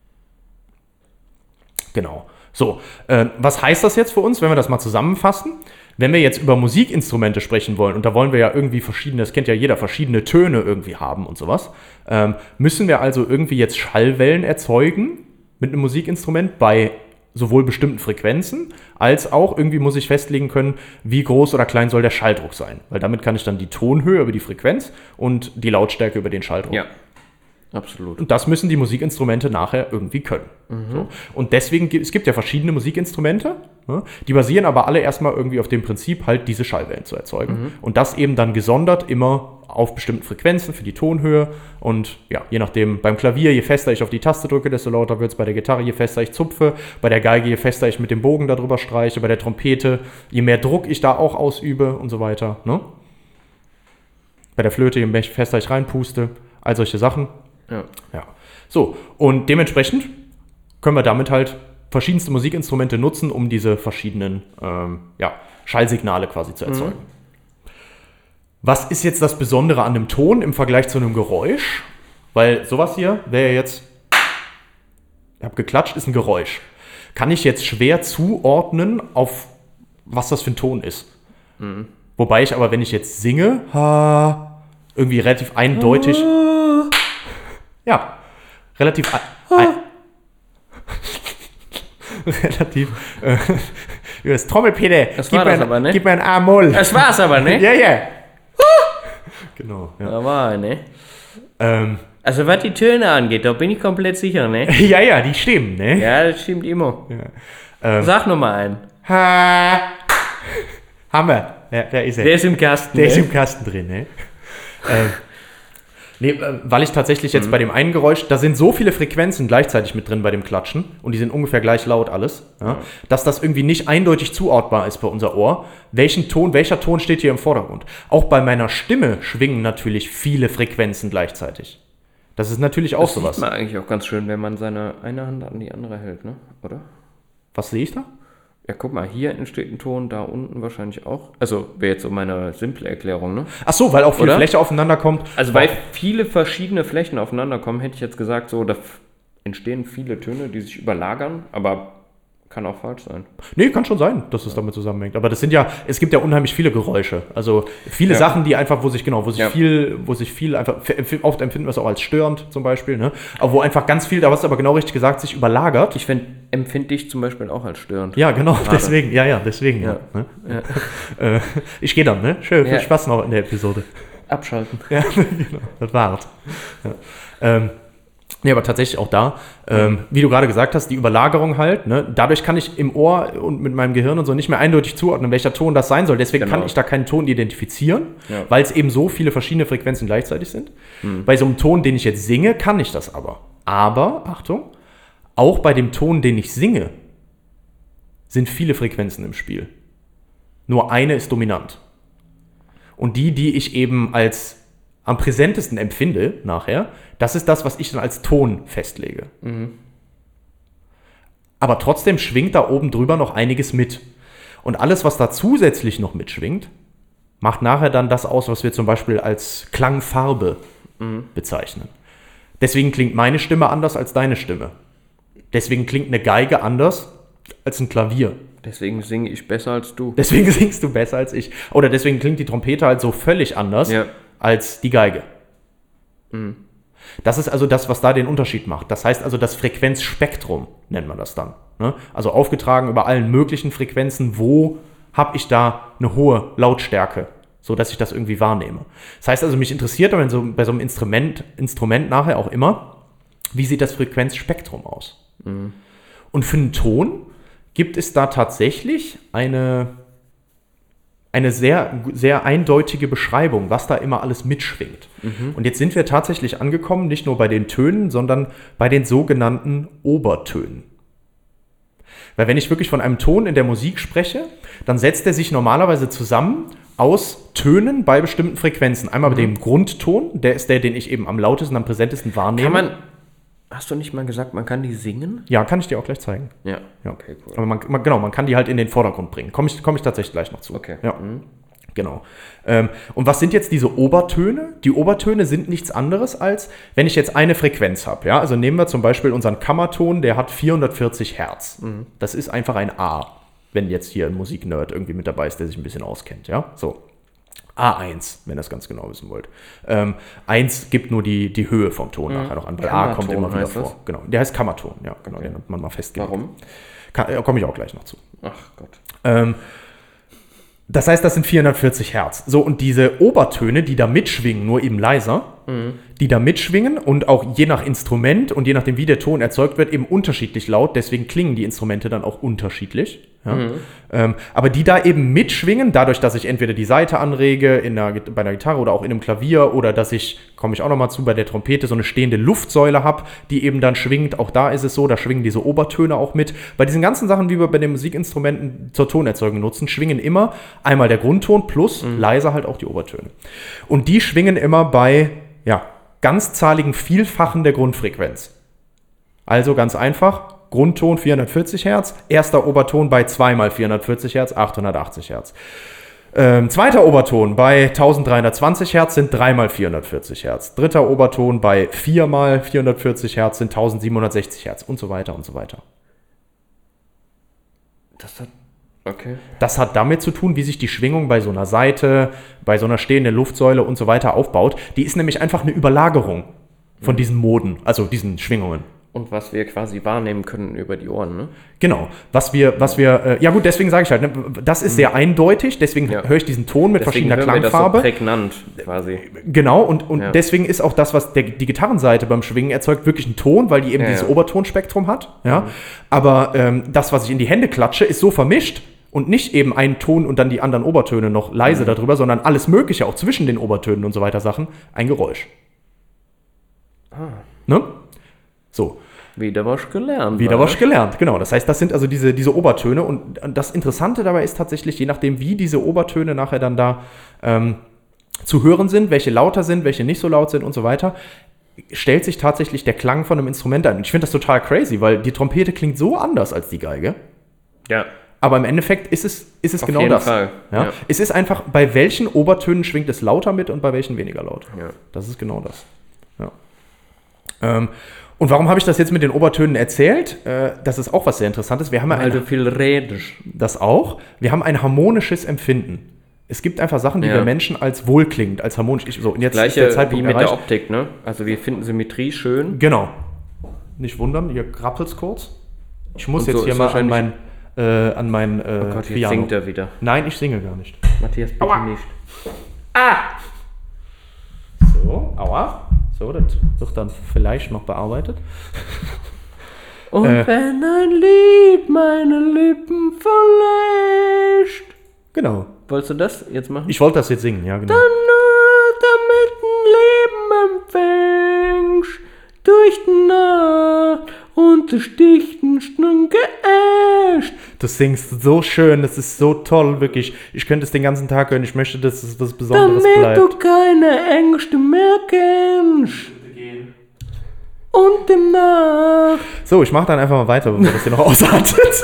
Genau. So, äh, was heißt das jetzt für uns, wenn wir das mal zusammenfassen? Wenn wir jetzt über Musikinstrumente sprechen wollen, und da wollen wir ja irgendwie verschiedene, das kennt ja jeder, verschiedene Töne irgendwie haben und sowas, ähm, müssen wir also irgendwie jetzt Schallwellen erzeugen mit einem Musikinstrument bei sowohl bestimmten Frequenzen, als auch irgendwie muss ich festlegen können, wie groß oder klein soll der Schalldruck sein. Weil damit kann ich dann die Tonhöhe über die Frequenz und die Lautstärke über den Schalldruck ja. Absolut. Und das müssen die Musikinstrumente nachher irgendwie können. Mhm. So. Und deswegen, es gibt ja verschiedene Musikinstrumente, ne? Die basieren aber alle erstmal irgendwie auf dem Prinzip, halt diese Schallwellen zu erzeugen. Mhm. Und das eben dann gesondert immer auf bestimmten Frequenzen für die Tonhöhe. Und ja, je nachdem, beim Klavier, je fester ich auf die Taste drücke, desto lauter wird es. Bei der Gitarre, je fester ich zupfe. Bei der Geige, je fester ich mit dem Bogen darüber streiche. Bei der Trompete, je mehr Druck ich da auch ausübe und so weiter. Ne? Bei der Flöte, je fester ich reinpuste. All solche Sachen. Ja. Ja. So, und dementsprechend können wir damit halt verschiedenste Musikinstrumente nutzen, um diese verschiedenen ähm, ja, Schallsignale quasi zu erzeugen. Mhm. Was ist jetzt das Besondere an einem Ton im Vergleich zu einem Geräusch? Weil sowas hier wäre jetzt, ich habe geklatscht, ist ein Geräusch. Kann ich jetzt schwer zuordnen, auf was das für ein Ton ist. Mhm. Wobei ich aber, wenn ich jetzt singe, ha, irgendwie relativ eindeutig... Ja, relativ ein, relativ äh, das Trommelpede. Das war das aber, ne? Gib mir ein A-Moll. Das war's aber, ne? Ja, ja. Genau, ja. Da war, ne? Ähm, also was die Töne angeht, da bin ich komplett sicher, ne? Ja, ja, die stimmen, ne? Ja, das stimmt immer. Ja. Ähm, Sag noch mal einen. Ha. Hammer. Ja, da ist er. Der ist im Kasten, Der ne? ist im Kasten drin, ne? ähm, Nee, weil ich tatsächlich jetzt mhm. bei dem einen Geräusch, da sind so viele Frequenzen gleichzeitig mit drin bei dem Klatschen und die sind ungefähr gleich laut alles, ja, ja. dass das irgendwie nicht eindeutig zuordnbar ist bei unser Ohr. Welchen Ton, welcher Ton steht hier im Vordergrund? Auch bei meiner Stimme schwingen natürlich viele Frequenzen gleichzeitig. Das ist natürlich auch das sowas. Das sieht man eigentlich auch ganz schön, wenn man seine eine Hand an die andere hält, ne? Oder? Was sehe ich da? Ja, guck mal, hier entsteht ein Ton, da unten wahrscheinlich auch. Also wäre jetzt so meine simple Erklärung, ne? Ach so, weil auch viel Oder? Fläche aufeinander kommt. Also weil viele verschiedene Flächen aufeinander kommen, hätte ich jetzt gesagt, so, da entstehen viele Töne, die sich überlagern, aber kann auch falsch sein. Nee, kann schon sein, dass es damit zusammenhängt. Aber das sind ja, es gibt ja unheimlich viele Geräusche. Also viele ja. Sachen, die einfach, wo sich, genau, wo sich ja. viel, wo sich viel einfach, oft empfinden wir es auch als störend zum Beispiel, ne? Aber wo einfach ganz viel, da hast du aber genau richtig gesagt, sich überlagert. Ich find, empfinde dich zum Beispiel auch als störend. Ja, genau, Gerade. deswegen, ja, ja, deswegen, ja. ja, ne? ja. Ich gehe dann, ne? Schön, viel ja. Spaß noch in der Episode. Abschalten. Ja, genau, das war's. Ja. Ähm, Nee, aber tatsächlich auch da, ähm, wie du gerade gesagt hast, die Überlagerung halt, ne? Dadurch kann ich im Ohr und mit meinem Gehirn und so nicht mehr eindeutig zuordnen, welcher Ton das sein soll. Deswegen genau. kann ich da keinen Ton identifizieren, ja. weil es eben so viele verschiedene Frequenzen gleichzeitig sind. Mhm. Bei so einem Ton, den ich jetzt singe, kann ich das aber. Aber, Achtung, auch bei dem Ton, den ich singe, sind viele Frequenzen im Spiel. Nur eine ist dominant. Und die, die ich eben als am präsentesten empfinde nachher, das ist das, was ich dann als Ton festlege. Mhm. Aber trotzdem schwingt da oben drüber noch einiges mit. Und alles, was da zusätzlich noch mitschwingt, macht nachher dann das aus, was wir zum Beispiel als Klangfarbe mhm. bezeichnen. Deswegen klingt meine Stimme anders als deine Stimme. Deswegen klingt eine Geige anders als ein Klavier. Deswegen singe ich besser als du. Deswegen singst du besser als ich. Oder deswegen klingt die Trompete halt so völlig anders ja. als die Geige. Mhm. Das ist also das, was da den Unterschied macht. Das heißt also das Frequenzspektrum, nennt man das dann. Ne? Also aufgetragen über allen möglichen Frequenzen, wo habe ich da eine hohe Lautstärke, sodass ich das irgendwie wahrnehme. Das heißt also, mich interessiert aber so, bei so einem Instrument, Instrument nachher auch immer, wie sieht das Frequenzspektrum aus? Mhm. Und für einen Ton gibt es da tatsächlich eine, eine sehr, sehr eindeutige Beschreibung, was da immer alles mitschwingt. Mhm. Und jetzt sind wir tatsächlich angekommen, nicht nur bei den Tönen, sondern bei den sogenannten Obertönen. Weil wenn ich wirklich von einem Ton in der Musik spreche, dann setzt er sich normalerweise zusammen aus Tönen bei bestimmten Frequenzen. Einmal mhm. bei dem Grundton, der ist der, den ich eben am lautesten, am präsentesten wahrnehme. Kann man, hast du nicht mal gesagt, man kann die singen? Ja, kann ich dir auch gleich zeigen. Ja, ja. Okay, cool. Aber man, man, genau, man kann die halt in den Vordergrund bringen. Komme ich, komm ich tatsächlich gleich noch zu. Okay. Ja. Mhm. Genau. Ähm, und was sind jetzt diese Obertöne? Die Obertöne sind nichts anderes als, wenn ich jetzt eine Frequenz habe. Ja? Also nehmen wir zum Beispiel unseren Kammerton, der hat vierhundertvierzig Hertz. Mhm. Das ist einfach ein A, wenn jetzt hier ein Musiknerd irgendwie mit dabei ist, der sich ein bisschen auskennt. Ja? So. A eins, wenn ihr das ganz genau wissen wollt. Ähm, eins gibt nur die, die Höhe vom Ton mhm. nachher noch an, weil A kommt immer wieder vor. Das? Genau. Der heißt Kammerton, ja, genau, okay. Den hat man mal festgelegt. Warum? Ka- komme ich auch gleich noch zu. Ach Gott. Ähm, Das heißt, das sind vierhundertvierzig Hertz. So, und diese Obertöne, die da mitschwingen, nur eben leiser, mhm. die da mitschwingen und auch je nach Instrument und je nachdem, wie der Ton erzeugt wird, eben unterschiedlich laut. Deswegen klingen die Instrumente dann auch unterschiedlich. Ja? Mhm. Ähm, aber die da eben mitschwingen, dadurch, dass ich entweder die Saite anrege in der, bei einer Gitarre oder auch in einem Klavier oder dass ich, komme ich auch nochmal zu, bei der Trompete so eine stehende Luftsäule habe, die eben dann schwingt. Auch da ist es so, da schwingen diese Obertöne auch mit. Bei diesen ganzen Sachen, wie wir bei den Musikinstrumenten zur Tonerzeugung nutzen, schwingen immer einmal der Grundton plus mhm. leise halt auch die Obertöne. Und die schwingen immer bei, ja, ganzzahligen Vielfachen der Grundfrequenz. Also ganz einfach, Grundton vierhundertvierzig Hertz, erster Oberton bei zwei mal vierhundertvierzig Hertz, achthundertachtzig Hertz. Ähm, zweiter Oberton bei eintausenddreihundertzwanzig Hertz sind drei mal vierhundertvierzig Hertz. Dritter Oberton bei vier mal vierhundertvierzig Hertz sind eintausendsiebenhundertsechzig Hertz und so weiter und so weiter. Das hat Okay. Das hat damit zu tun, wie sich die Schwingung bei so einer Saite, bei so einer stehenden Luftsäule und so weiter aufbaut. Die ist nämlich einfach eine Überlagerung von mhm. diesen Moden, also diesen Schwingungen. Und was wir quasi wahrnehmen können über die Ohren, ne? Genau. Was wir, was wir, äh, ja gut, deswegen sage ich halt, ne, das ist mhm. sehr eindeutig, deswegen ja. höre ich diesen Ton mit deswegen verschiedener hören Klangfarbe. Wir das so prägnant quasi. Genau, und, und ja. deswegen ist auch das, was der, die Gitarrenseite beim Schwingen erzeugt, wirklich ein Ton, weil die eben ja, dieses ja. Obertonspektrum hat. Ja? Mhm. Aber ähm, das, was ich in die Hände klatsche, ist so vermischt, und nicht eben ein Ton und dann die anderen Obertöne noch leise mhm. darüber, sondern alles Mögliche, auch zwischen den Obertönen und so weiter Sachen, ein Geräusch. Ah. Ne? So. Wieder was gelernt. Wieder was gelernt, genau. Das heißt, das sind also diese, diese Obertöne. Und das Interessante dabei ist tatsächlich, je nachdem, wie diese Obertöne nachher dann da ähm, zu hören sind, welche lauter sind, welche nicht so laut sind und so weiter, stellt sich tatsächlich der Klang von einem Instrument ein. Und ich finde das total crazy, weil die Trompete klingt so anders als die Geige. Ja. Aber im Endeffekt ist es, ist es genau das. Fall. Ja? Ja. Es ist einfach, bei welchen Obertönen schwingt es lauter mit und bei welchen weniger laut. Ja. Das ist genau das. Ja. Ähm, und warum habe ich das jetzt mit den Obertönen erzählt? Äh, das ist auch was sehr Interessantes. Wir haben ja Weil du viel redest. Das auch. Wir haben ein harmonisches Empfinden. Es gibt einfach Sachen, die ja. wir Menschen als wohlklingend, als harmonisch... Ich, so, und jetzt Gleiche ist der Zeitpunkt wie mit erreicht. Der Optik, ne? Also wir finden Symmetrie schön. Genau. Nicht wundern, hier krabbelt's kurz. Ich muss und jetzt so hier mal an mein... Äh, an mein äh, oh Gott, jetzt Piano. Singt er wieder. Nein, ich singe gar nicht. Matthias, bitte aua. nicht. Ah! So, aua. So, das wird dann vielleicht noch bearbeitet. Und äh, wenn ein Lied meine Lippen verlässt. Genau. Wolltest du das jetzt machen? Ich wollte das jetzt singen, ja, genau. Dann nur damit ein Leben empfängst durch die Nacht und du stichten Stunden geäscht. Du singst so schön, das ist so toll, wirklich. Ich könnte es den ganzen Tag hören, ich möchte, dass es was Besonderes damit bleibt. Damit du keine Ängste mehr kennst. Und demnach. So, ich mache dann einfach mal weiter, bevor das hier noch ausartet.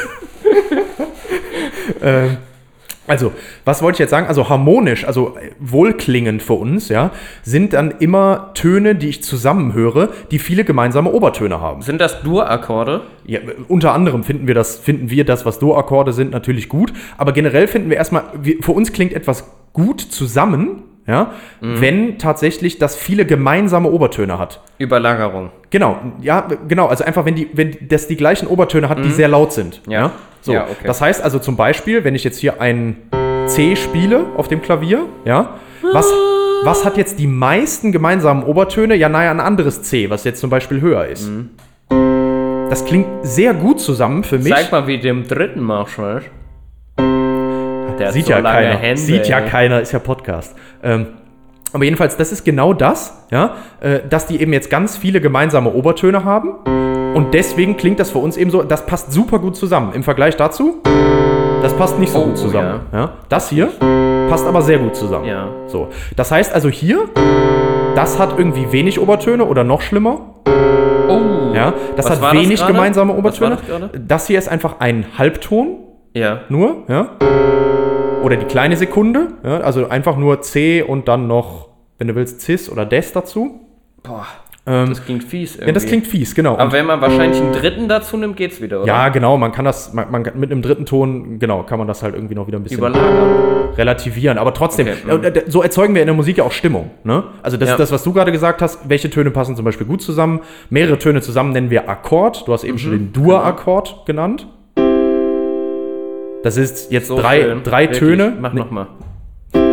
ähm. Also, was wollte ich jetzt sagen? Also harmonisch, also wohlklingend für uns, ja, sind dann immer Töne, die ich zusammenhöre, die viele gemeinsame Obertöne haben. Sind das Dur-Akkorde? Ja, unter anderem finden wir das, finden wir das, was Dur-Akkorde sind, natürlich gut. Aber generell finden wir erstmal, für uns klingt etwas gut zusammen, ja, mhm. wenn tatsächlich das viele gemeinsame Obertöne hat. Überlagerung. Genau, ja, genau. Also einfach, wenn die, wenn das die gleichen Obertöne hat, mhm. die sehr laut sind. Ja. ja? So, ja, okay. Das heißt also zum Beispiel, wenn ich jetzt hier ein C spiele auf dem Klavier, ja, was, was hat jetzt die meisten gemeinsamen Obertöne? Ja, naja, ein anderes C, was jetzt zum Beispiel höher ist. Mhm. Das klingt sehr gut zusammen für mich. Zeig mal, wie du im dritten machst, weißt du? Sieht so ja keiner. Hände, Sieht ja ey. keiner, ist ja Podcast. Ähm, aber jedenfalls, das ist genau das, ja, äh, dass die eben jetzt ganz viele gemeinsame Obertöne haben. Und deswegen klingt das für uns eben so, das passt super gut zusammen. Im Vergleich dazu, das passt nicht so oh, gut zusammen. Ja. Ja, das hier passt aber sehr gut zusammen. Ja. So, das heißt also hier, das hat irgendwie wenig Obertöne oder noch schlimmer. Oh. Ja, das Was hat wenig das gemeinsame Obertöne. Das, das hier ist einfach ein Halbton. Ja. Nur, ja. Oder die kleine Sekunde. Ja, also einfach nur C und dann noch, wenn du willst, Cis oder Des dazu. Boah. Ähm, das klingt fies irgendwie. Ja, das klingt fies, genau. Aber und wenn man wahrscheinlich einen dritten dazu nimmt, geht's wieder, oder? Ja, genau, man kann das, man, man, mit einem dritten Ton, genau, kann man das halt irgendwie noch wieder ein bisschen überlagern, relativieren. Aber trotzdem, okay, äh, so erzeugen wir in der Musik ja auch Stimmung, ne? Also das ja. ist das, was du gerade gesagt hast, welche Töne passen zum Beispiel gut zusammen. Mehrere Töne zusammen nennen wir Akkord. Du hast eben mhm. schon den Dur-Akkord genannt. Das ist jetzt so drei, schön. drei Wirklich. Töne. Mach nochmal.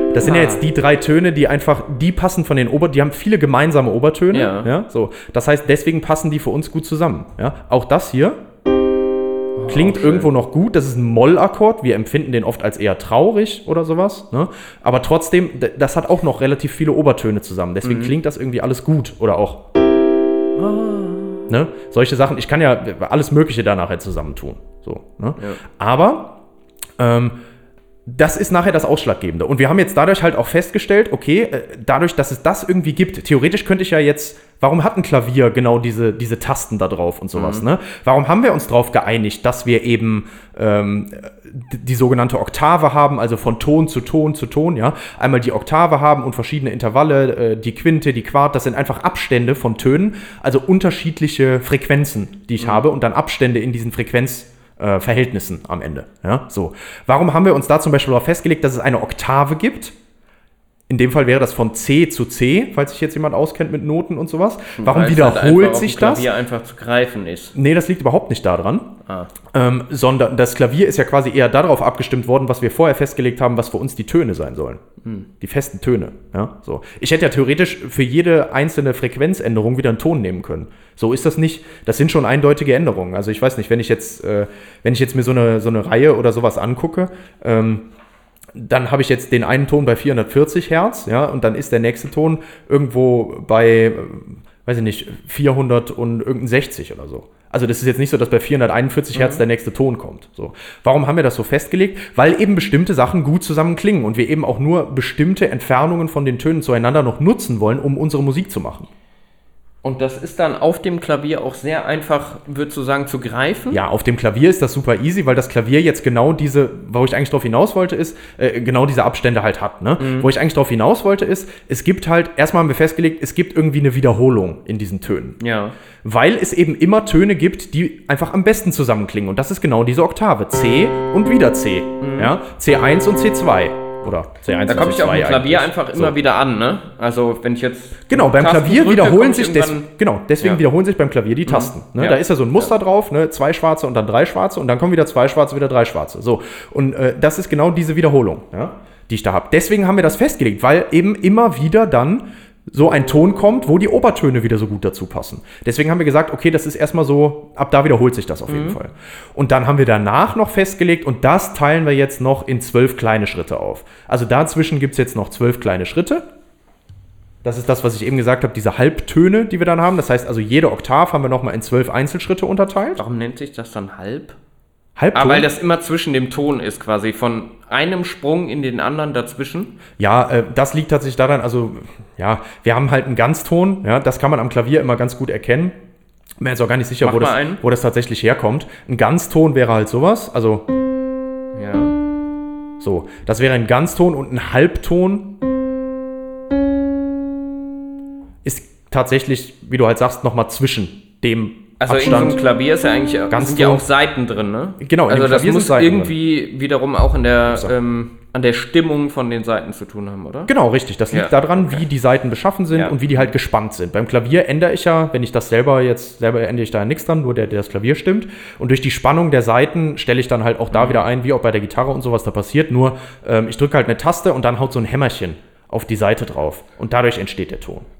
Das sind ah. ja jetzt die drei Töne, die einfach, die passen von den Ober, die haben viele gemeinsame Obertöne. Ja. Ja, so. Das heißt, deswegen passen die für uns gut zusammen. Ja. Auch das hier oh, klingt irgendwo noch gut. Das ist ein Mollakkord. Wir empfinden den oft als eher traurig oder sowas. Ne? Aber trotzdem, das hat auch noch relativ viele Obertöne zusammen. Deswegen mhm. klingt das irgendwie alles gut. Oder auch ah. ne? Solche Sachen. Ich kann ja alles Mögliche da nachher zusammentun. So, ne? Ja. Aber ähm, das ist nachher das Ausschlaggebende. Und wir haben jetzt dadurch halt auch festgestellt, okay, äh, dadurch, dass es das irgendwie gibt, theoretisch könnte ich ja jetzt, warum hat ein Klavier genau diese, diese Tasten da drauf und sowas, mhm. ne? Warum haben wir uns darauf geeinigt, dass wir eben ähm, die sogenannte Oktave haben, also von Ton zu Ton zu Ton, ja? Einmal die Oktave haben und verschiedene Intervalle, äh, die Quinte, die Quart, das sind einfach Abstände von Tönen, also unterschiedliche Frequenzen, die ich mhm. habe und dann Abstände in diesen Frequenzen. Verhältnissen am Ende. Ja, so. Warum haben wir uns da zum Beispiel darauf festgelegt, dass es eine Oktave gibt? In dem Fall wäre das von C zu C, falls sich jetzt jemand auskennt mit Noten und sowas. Warum Weil wiederholt halt sich das? Klavier einfach zu greifen ist. Nee, das liegt überhaupt nicht daran. Ah. Ähm, sondern das Klavier ist ja quasi eher darauf abgestimmt worden, was wir vorher festgelegt haben, was für uns die Töne sein sollen. Hm. Die festen Töne. Ja, so. Ich hätte ja theoretisch für jede einzelne Frequenzänderung wieder einen Ton nehmen können. So ist das nicht. Das sind schon eindeutige Änderungen. Also ich weiß nicht, wenn ich jetzt, äh, wenn ich jetzt mir so eine, so eine Reihe oder sowas angucke, ähm, dann habe ich jetzt den einen Ton bei vierhundertvierzig Hertz, ja, und dann ist der nächste Ton irgendwo bei, äh, weiß ich nicht, vierhundertsechzig oder so. Also das ist jetzt nicht so, dass bei vierhunderteinundvierzig mhm. Hertz der nächste Ton kommt. So. Warum haben wir das so festgelegt? Weil eben bestimmte Sachen gut zusammen klingen und wir eben auch nur bestimmte Entfernungen von den Tönen zueinander noch nutzen wollen, um unsere Musik zu machen. Und das ist dann auf dem Klavier auch sehr einfach, würdest du sagen, zu greifen? Ja, auf dem Klavier ist das super easy, weil das Klavier jetzt genau diese, wo ich eigentlich drauf hinaus wollte, ist, äh, genau diese Abstände halt hat. Ne? Mhm. Wo ich eigentlich drauf hinaus wollte, ist, es gibt halt, erstmal haben wir festgelegt, es gibt irgendwie eine Wiederholung in diesen Tönen. Ja. Weil es eben immer Töne gibt, die einfach am besten zusammenklingen. Und das ist genau diese Oktave. C und wieder C. Mhm. Ja? C eins und C zwei. Oder C eins da komme ich auf dem Klavier eigentlich. einfach immer so. wieder an, ne? Also wenn ich jetzt genau beim Tasten Klavier drücke, wiederholen sich des, genau deswegen ja. wiederholen sich beim Klavier die Tasten. Mhm. Ne? Ja. Da ist ja so ein Muster ja. drauf, ne? Zwei schwarze und dann drei schwarze und dann kommen wieder zwei schwarze, wieder drei schwarze. So und äh, das ist genau diese Wiederholung, ja? die ich da habe. Deswegen haben wir das festgelegt, weil eben immer wieder dann so ein Ton kommt, wo die Obertöne wieder so gut dazu passen. Deswegen haben wir gesagt, okay, das ist erstmal so, ab da wiederholt sich das auf jeden mhm. Fall. Und dann haben wir danach noch festgelegt, und das teilen wir jetzt noch in zwölf kleine Schritte auf. Also dazwischen gibt es jetzt noch zwölf kleine Schritte. Das ist das, was ich eben gesagt habe, diese Halbtöne, die wir dann haben. Das heißt also, jede Oktave haben wir nochmal in zwölf Einzelschritte unterteilt. Warum nennt sich das dann Halb? Halbton? Ah, weil das immer zwischen dem Ton ist, quasi von einem Sprung in den anderen dazwischen. Ja, äh, das liegt tatsächlich daran, also ja, wir haben halt einen Ganzton, ja, das kann man am Klavier immer ganz gut erkennen. Bin mir jetzt auch gar nicht sicher, wo das, wo das tatsächlich herkommt. Ein Ganzton wäre halt sowas, also ja. So, das wäre ein Ganzton, und ein Halbton ist tatsächlich, wie du halt sagst, nochmal zwischen dem Also Abstand. In so einem Klavier ist ja eigentlich ganz sind ja auch Saiten drin, ne? Genau, in also dem Klavier das muss irgendwie drin. Wiederum auch in der, ähm, an der Stimmung von den Saiten zu tun haben, oder? Genau, richtig. Das liegt ja. daran, okay. wie die Saiten beschaffen sind ja. und wie die halt gespannt sind. Beim Klavier ändere ich ja, wenn ich das selber jetzt, selber ändere ich da ja nichts dran, nur der, der das Klavier stimmt. Und durch die Spannung der Saiten stelle ich dann halt auch da mhm. wieder ein, wie auch bei der Gitarre und sowas da passiert. Nur ähm, ich drücke halt eine Taste und dann haut so ein Hämmerchen auf die Saite drauf. Und dadurch entsteht der Ton.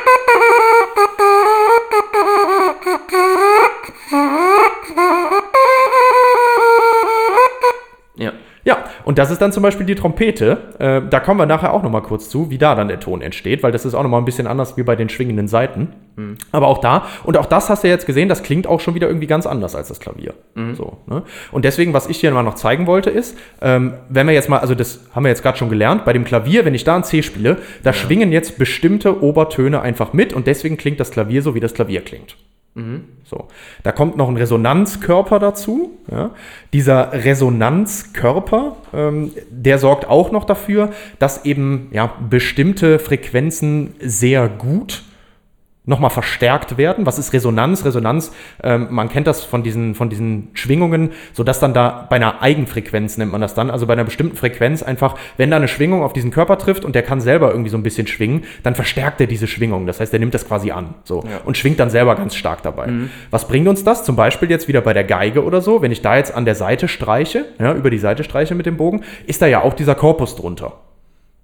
Ja. Ja, und das ist dann zum Beispiel die Trompete. Äh, da kommen wir nachher auch nochmal kurz zu, wie da dann der Ton entsteht, weil das ist auch nochmal ein bisschen anders wie bei den schwingenden Saiten. Mhm. Aber auch da, und auch das hast du ja jetzt gesehen, das klingt auch schon wieder irgendwie ganz anders als das Klavier. Mhm. So, ne? Und deswegen, was ich hier mal noch zeigen wollte, ist, ähm, wenn wir jetzt mal, also das haben wir jetzt gerade schon gelernt, bei dem Klavier, wenn ich da ein C spiele, da ja. schwingen jetzt bestimmte Obertöne einfach mit, und deswegen klingt das Klavier so, wie das Klavier klingt. Mhm. So. Da kommt noch ein Resonanzkörper dazu. Ja. Dieser Resonanzkörper, ähm, der sorgt auch noch dafür, dass eben ja, bestimmte Frequenzen sehr gut nochmal verstärkt werden. Was ist Resonanz? Resonanz, ähm, man kennt das von diesen, von diesen Schwingungen, sodass dann da bei einer Eigenfrequenz nennt man das dann, also bei einer bestimmten Frequenz einfach, wenn da eine Schwingung auf diesen Körper trifft und der kann selber irgendwie so ein bisschen schwingen, dann verstärkt er diese Schwingung. Das heißt, er nimmt das quasi an so, ja. und schwingt dann selber ganz stark dabei. Mhm. Was bringt uns das? Zum Beispiel jetzt wieder bei der Geige oder so, wenn ich da jetzt an der Seite streiche, ja, über die Seite streiche mit dem Bogen, ist da ja auch dieser Korpus drunter.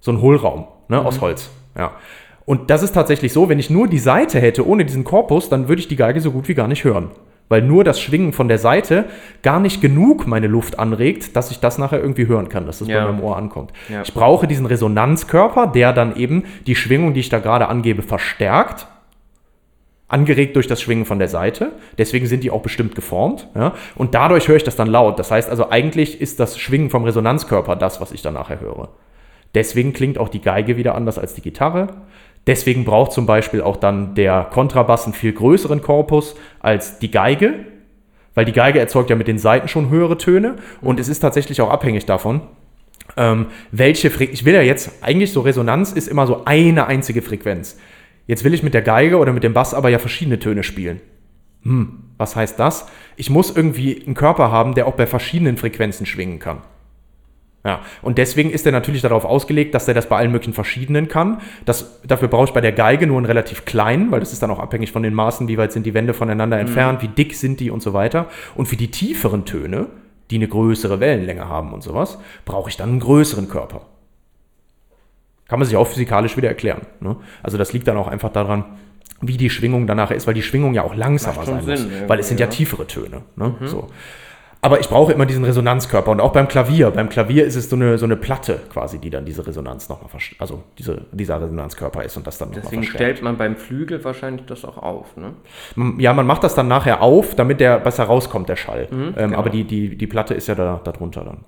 So ein Hohlraum, ne, mhm. aus Holz. Ja. Und das ist tatsächlich so, wenn ich nur die Saite hätte, ohne diesen Korpus, dann würde ich die Geige so gut wie gar nicht hören. Weil nur das Schwingen von der Saite gar nicht genug meine Luft anregt, dass ich das nachher irgendwie hören kann, dass das ja. bei meinem Ohr ankommt. Ja. Ich brauche diesen Resonanzkörper, der dann eben die Schwingung, die ich da gerade angebe, verstärkt. Angeregt durch das Schwingen von der Saite. Deswegen sind die auch bestimmt geformt. Ja? Und dadurch höre ich das dann laut. Das heißt also, eigentlich ist das Schwingen vom Resonanzkörper das, was ich dann nachher höre. Deswegen klingt auch die Geige wieder anders als die Gitarre. Deswegen braucht zum Beispiel auch dann der Kontrabass einen viel größeren Korpus als die Geige, weil die Geige erzeugt ja mit den Saiten schon höhere Töne. Und es ist tatsächlich auch abhängig davon, ähm, welche Frequenz. Ich will ja jetzt, eigentlich so Resonanz ist immer so eine einzige Frequenz. Jetzt will ich mit der Geige oder mit dem Bass aber ja verschiedene Töne spielen. Hm, was heißt das? Ich muss irgendwie einen Körper haben, der auch bei verschiedenen Frequenzen schwingen kann. Ja, und deswegen ist er natürlich darauf ausgelegt, dass er das bei allen möglichen verschiedenen kann. Das, dafür brauche ich bei der Geige nur einen relativ kleinen, weil das ist dann auch abhängig von den Maßen, wie weit sind die Wände voneinander entfernt, mhm. wie dick sind die und so weiter. Und für die tieferen Töne, die eine größere Wellenlänge haben und sowas, brauche ich dann einen größeren Körper. Kann man sich auch physikalisch wieder erklären. Ne? Also das liegt dann auch einfach daran, wie die Schwingung danach ist, weil die Schwingung ja auch langsamer sein muss, weil es sind ja, ja tiefere Töne. Ne? Mhm. So. Aber ich brauche immer diesen Resonanzkörper und auch beim Klavier. Beim Klavier ist es so eine, so eine Platte quasi, die dann diese Resonanz nochmal, verstärkt, also diese, dieser Resonanzkörper ist und das dann nochmal verstärkt. Deswegen stellt man beim Flügel wahrscheinlich das auch auf, ne? Ja, man macht das dann nachher auf, damit der besser rauskommt, der Schall. Mhm, ähm, genau. Aber die, die, die Platte ist ja da, da drunter dann.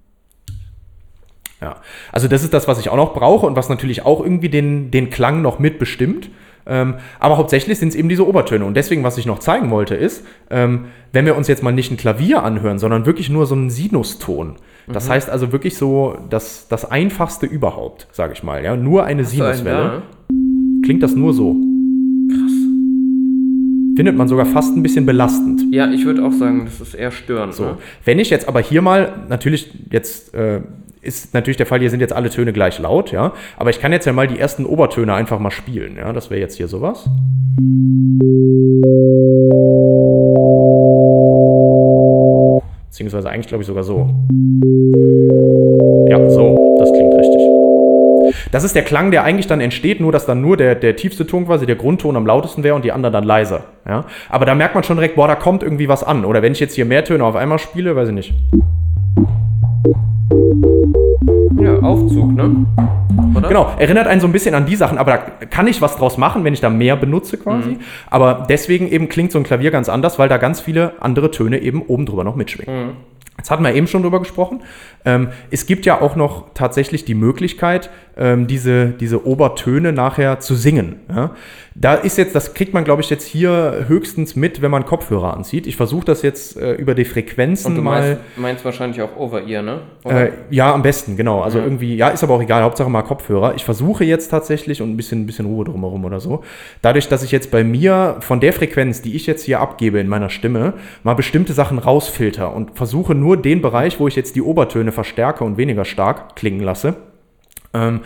Ja, also das ist das, was ich auch noch brauche und was natürlich auch irgendwie den, den Klang noch mitbestimmt. Ähm, aber hauptsächlich sind es eben diese Obertöne. Und deswegen, was ich noch zeigen wollte, ist, ähm, wenn wir uns jetzt mal nicht ein Klavier anhören, sondern wirklich nur so einen Sinuston. Das mhm. heißt also wirklich so das, das Einfachste überhaupt, sage ich mal. Ja? Nur eine Hast Sinuswelle. Klingt das nur so. Krass. Findet man sogar fast ein bisschen belastend. Ja, ich würde auch sagen, das ist eher störend. So. Ne? Wenn ich jetzt aber hier mal, natürlich jetzt äh, ist natürlich der Fall, hier sind jetzt alle Töne gleich laut, ja, aber ich kann jetzt ja mal die ersten Obertöne einfach mal spielen, ja, das wäre jetzt hier sowas. Beziehungsweise eigentlich glaube ich sogar so. Ja, so, das klingt richtig. Das ist der Klang, der eigentlich dann entsteht, nur dass dann nur der, der tiefste Ton quasi, der Grundton am lautesten wäre und die anderen dann leiser. Ja? Aber da merkt man schon direkt, boah, da kommt irgendwie was an. Oder wenn ich jetzt hier mehr Töne auf einmal spiele, weiß ich nicht. Ja, Aufzug, ne? Oder? Genau, erinnert einen so ein bisschen an die Sachen, aber da kann ich was draus machen, wenn ich da mehr benutze quasi. Mhm. Aber deswegen eben klingt so ein Klavier ganz anders, weil da ganz viele andere Töne eben oben drüber noch mitschwingen. Mhm. Jetzt hatten wir eben schon drüber gesprochen. Ähm, es gibt ja auch noch tatsächlich die Möglichkeit, ähm, diese, diese Obertöne nachher zu singen. Ja? Da ist jetzt, das kriegt man, glaube ich, jetzt hier höchstens mit, wenn man Kopfhörer anzieht. Ich versuche das jetzt äh, über die Frequenzen Und du mal. Meinst, meinst wahrscheinlich auch Over-Ear, ne? Äh, ja, am besten, genau. Also ja. irgendwie, ja, ist aber auch egal, Hauptsache mal Kopfhörer. Ich versuche jetzt tatsächlich und ein bisschen, ein bisschen Ruhe drumherum oder so. Dadurch, dass ich jetzt bei mir von der Frequenz, die ich jetzt hier abgebe in meiner Stimme, mal bestimmte Sachen rausfilter und versuche nur den Bereich, wo ich jetzt die Obertöne verstärke und weniger stark klingen lasse, ähm,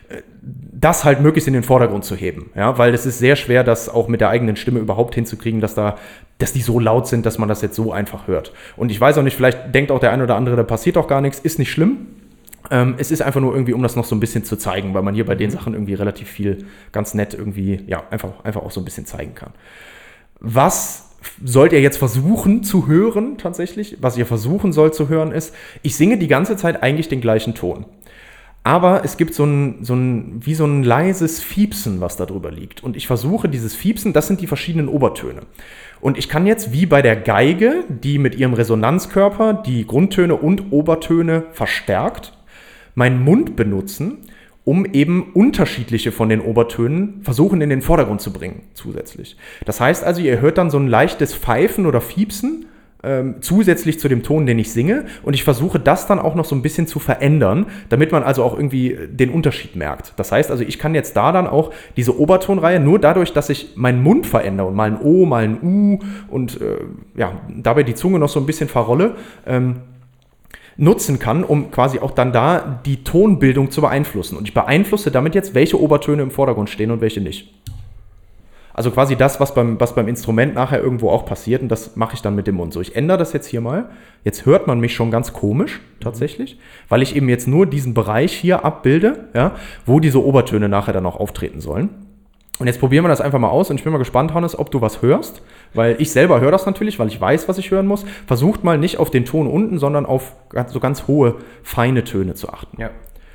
das halt möglichst in den Vordergrund zu heben. Ja? Weil es ist sehr schwer, das auch mit der eigenen Stimme überhaupt hinzukriegen, dass da, dass die so laut sind, dass man das jetzt so einfach hört. Und ich weiß auch nicht, vielleicht denkt auch der eine oder andere, da passiert auch gar nichts, ist nicht schlimm. Ähm, es ist einfach nur irgendwie, um das noch so ein bisschen zu zeigen, weil man hier bei den Sachen irgendwie relativ viel ganz nett irgendwie, ja, einfach, einfach auch so ein bisschen zeigen kann. Was sollt ihr jetzt versuchen zu hören tatsächlich? Was ihr versuchen sollt zu hören ist, ich singe die ganze Zeit eigentlich den gleichen Ton. Aber es gibt so ein, so ein, wie so ein leises Fiepsen, was da drüber liegt. Und ich versuche dieses Fiepsen, das sind die verschiedenen Obertöne. Und ich kann jetzt wie bei der Geige, die mit ihrem Resonanzkörper die Grundtöne und Obertöne verstärkt, meinen Mund benutzen, um eben unterschiedliche von den Obertönen versuchen in den Vordergrund zu bringen zusätzlich. Das heißt also, ihr hört dann so ein leichtes Pfeifen oder Fiepsen, Ähm, zusätzlich zu dem Ton, den ich singe, und ich versuche das dann auch noch so ein bisschen zu verändern, damit man also auch irgendwie den Unterschied merkt. Das heißt also, ich kann jetzt da dann auch diese Obertonreihe nur dadurch, dass ich meinen Mund verändere und mal ein O, mal ein U und äh, ja, dabei die Zunge noch so ein bisschen verrolle, ähm, nutzen kann, um quasi auch dann da die Tonbildung zu beeinflussen. Und ich beeinflusse damit jetzt, welche Obertöne im Vordergrund stehen und welche nicht. Also quasi das, was beim, was beim Instrument nachher irgendwo auch passiert und das mache ich dann mit dem Mund. So, ich ändere das jetzt hier mal. Jetzt hört man mich schon ganz komisch, tatsächlich, weil ich eben jetzt nur diesen Bereich hier abbilde, ja, wo diese Obertöne nachher dann auch auftreten sollen. Und jetzt probieren wir das einfach mal aus und ich bin mal gespannt, Hannes, ob du was hörst, weil ich selber höre das natürlich, weil ich weiß, was ich hören muss. Versucht mal nicht auf den Ton unten, sondern auf ganz, so ganz hohe, feine Töne zu achten. Ja.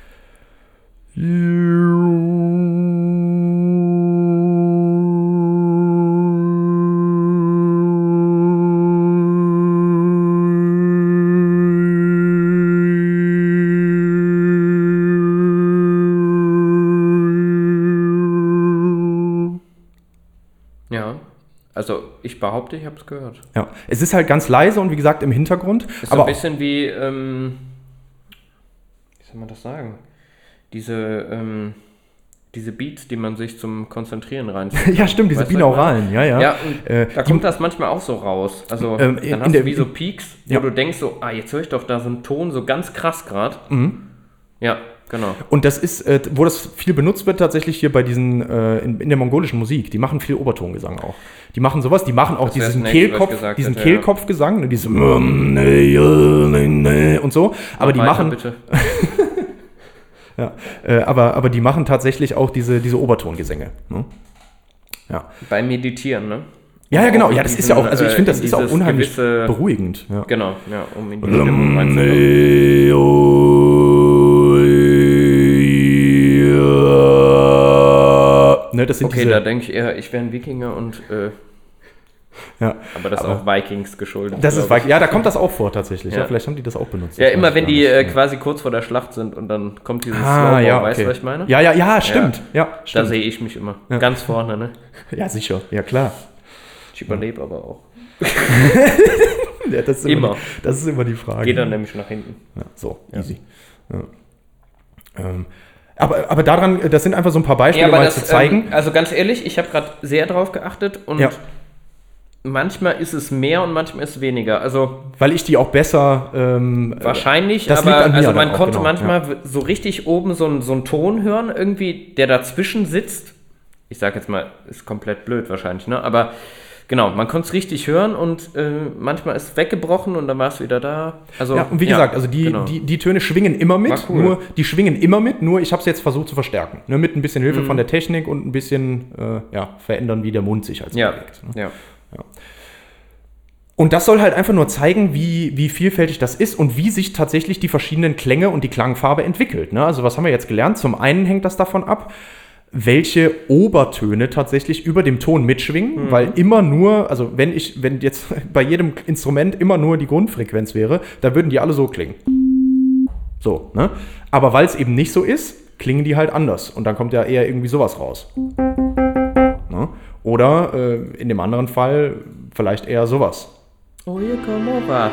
Also ich behaupte, ich habe es gehört. Ja, es ist halt ganz leise und wie gesagt im Hintergrund. Ist aber so ein bisschen wie, ähm, wie soll man das sagen? Diese, ähm, diese Beats, die man sich zum Konzentrieren reinzieht. Ja, stimmt, diese binauralen, ja, ja. Ja, und äh, da kommt das manchmal auch so raus. Also ähm, dann hast du wie so Peaks, wo ja. du denkst so, ah, jetzt höre ich doch da so einen Ton so ganz krass gerade. Mhm. Ja, genau. Und das ist, äh, wo das viel benutzt wird, tatsächlich hier bei diesen, äh, in, in der mongolischen Musik, die machen viel Obertongesang auch. Die machen sowas, die machen auch diesen Kehlkopf, diesen hätte, Kehlkopfgesang, ja. diese und so, aber die machen bitte. ja, äh, aber, aber die machen tatsächlich auch diese, diese Obertongesänge. Ne? Ja. Beim Meditieren, ne? Ja, ja, genau. Ja, das diesen, ist ja auch, also ich finde, das ist auch unheimlich gewisse, beruhigend. Ja. Genau, ja, um in die Stimmung reinzukommen. Ne, das sind okay, diese, da denke ich eher, ich wäre ein Wikinger und äh, ja, aber das ist auch Vikings geschuldet. Das ist Viking, ja, da kommt das auch vor tatsächlich. Ja. Ja, vielleicht haben die das auch benutzt. Ja, immer wenn die äh, quasi kurz vor der Schlacht sind und dann kommt dieses ah, Slow-Mo, ja, okay. weißt du, was ich meine? Ja, ja, ja, stimmt. Ja, ja stimmt. Da sehe ich mich immer. Ja. Ganz vorne, ne? Ja, sicher. Ja, klar. Ich überlebe aber auch. ja, das ist immer. immer. Die, das ist immer die Frage. Geht dann nämlich nach hinten. Ja, so, ja. easy. Ja. Ähm, aber, aber daran, das sind einfach so ein paar Beispiele, ja, um mal das, zu zeigen. Ähm, also ganz ehrlich, ich habe gerade sehr drauf geachtet und ja. manchmal ist es mehr und manchmal ist es weniger. Also weil ich die auch besser ähm, wahrscheinlich, das aber liegt an mir also man konnte auch, genau, manchmal ja. so richtig oben so einen so einen Ton hören, irgendwie, der dazwischen sitzt. Ich sage jetzt mal, ist komplett blöd wahrscheinlich, ne? Aber genau, man konnte es richtig hören und äh, manchmal ist es weggebrochen und dann war es wieder da. Also, ja, und wie ja, gesagt, also die, genau. die, die Töne schwingen immer mit, cool. nur die schwingen immer mit, nur ich habe es jetzt versucht zu verstärken. Nur mit ein bisschen Hilfe mhm. von der Technik und ein bisschen äh, ja, verändern, wie der Mund sich halt so ja. bewegt. Ne? Ja. Ja. Und das soll halt einfach nur zeigen, wie, wie vielfältig das ist und wie sich tatsächlich die verschiedenen Klänge und die Klangfarbe entwickelt. Ne? Also was haben wir jetzt gelernt? Zum einen hängt das davon ab, welche Obertöne tatsächlich über dem Ton mitschwingen, mhm. weil immer nur, also wenn ich, wenn jetzt bei jedem Instrument immer nur die Grundfrequenz wäre, dann würden die alle so klingen. So, ne? Aber weil es eben nicht so ist, klingen die halt anders und dann kommt ja eher irgendwie sowas raus. Ne? Oder äh, in dem anderen Fall vielleicht eher sowas. Oye, como va?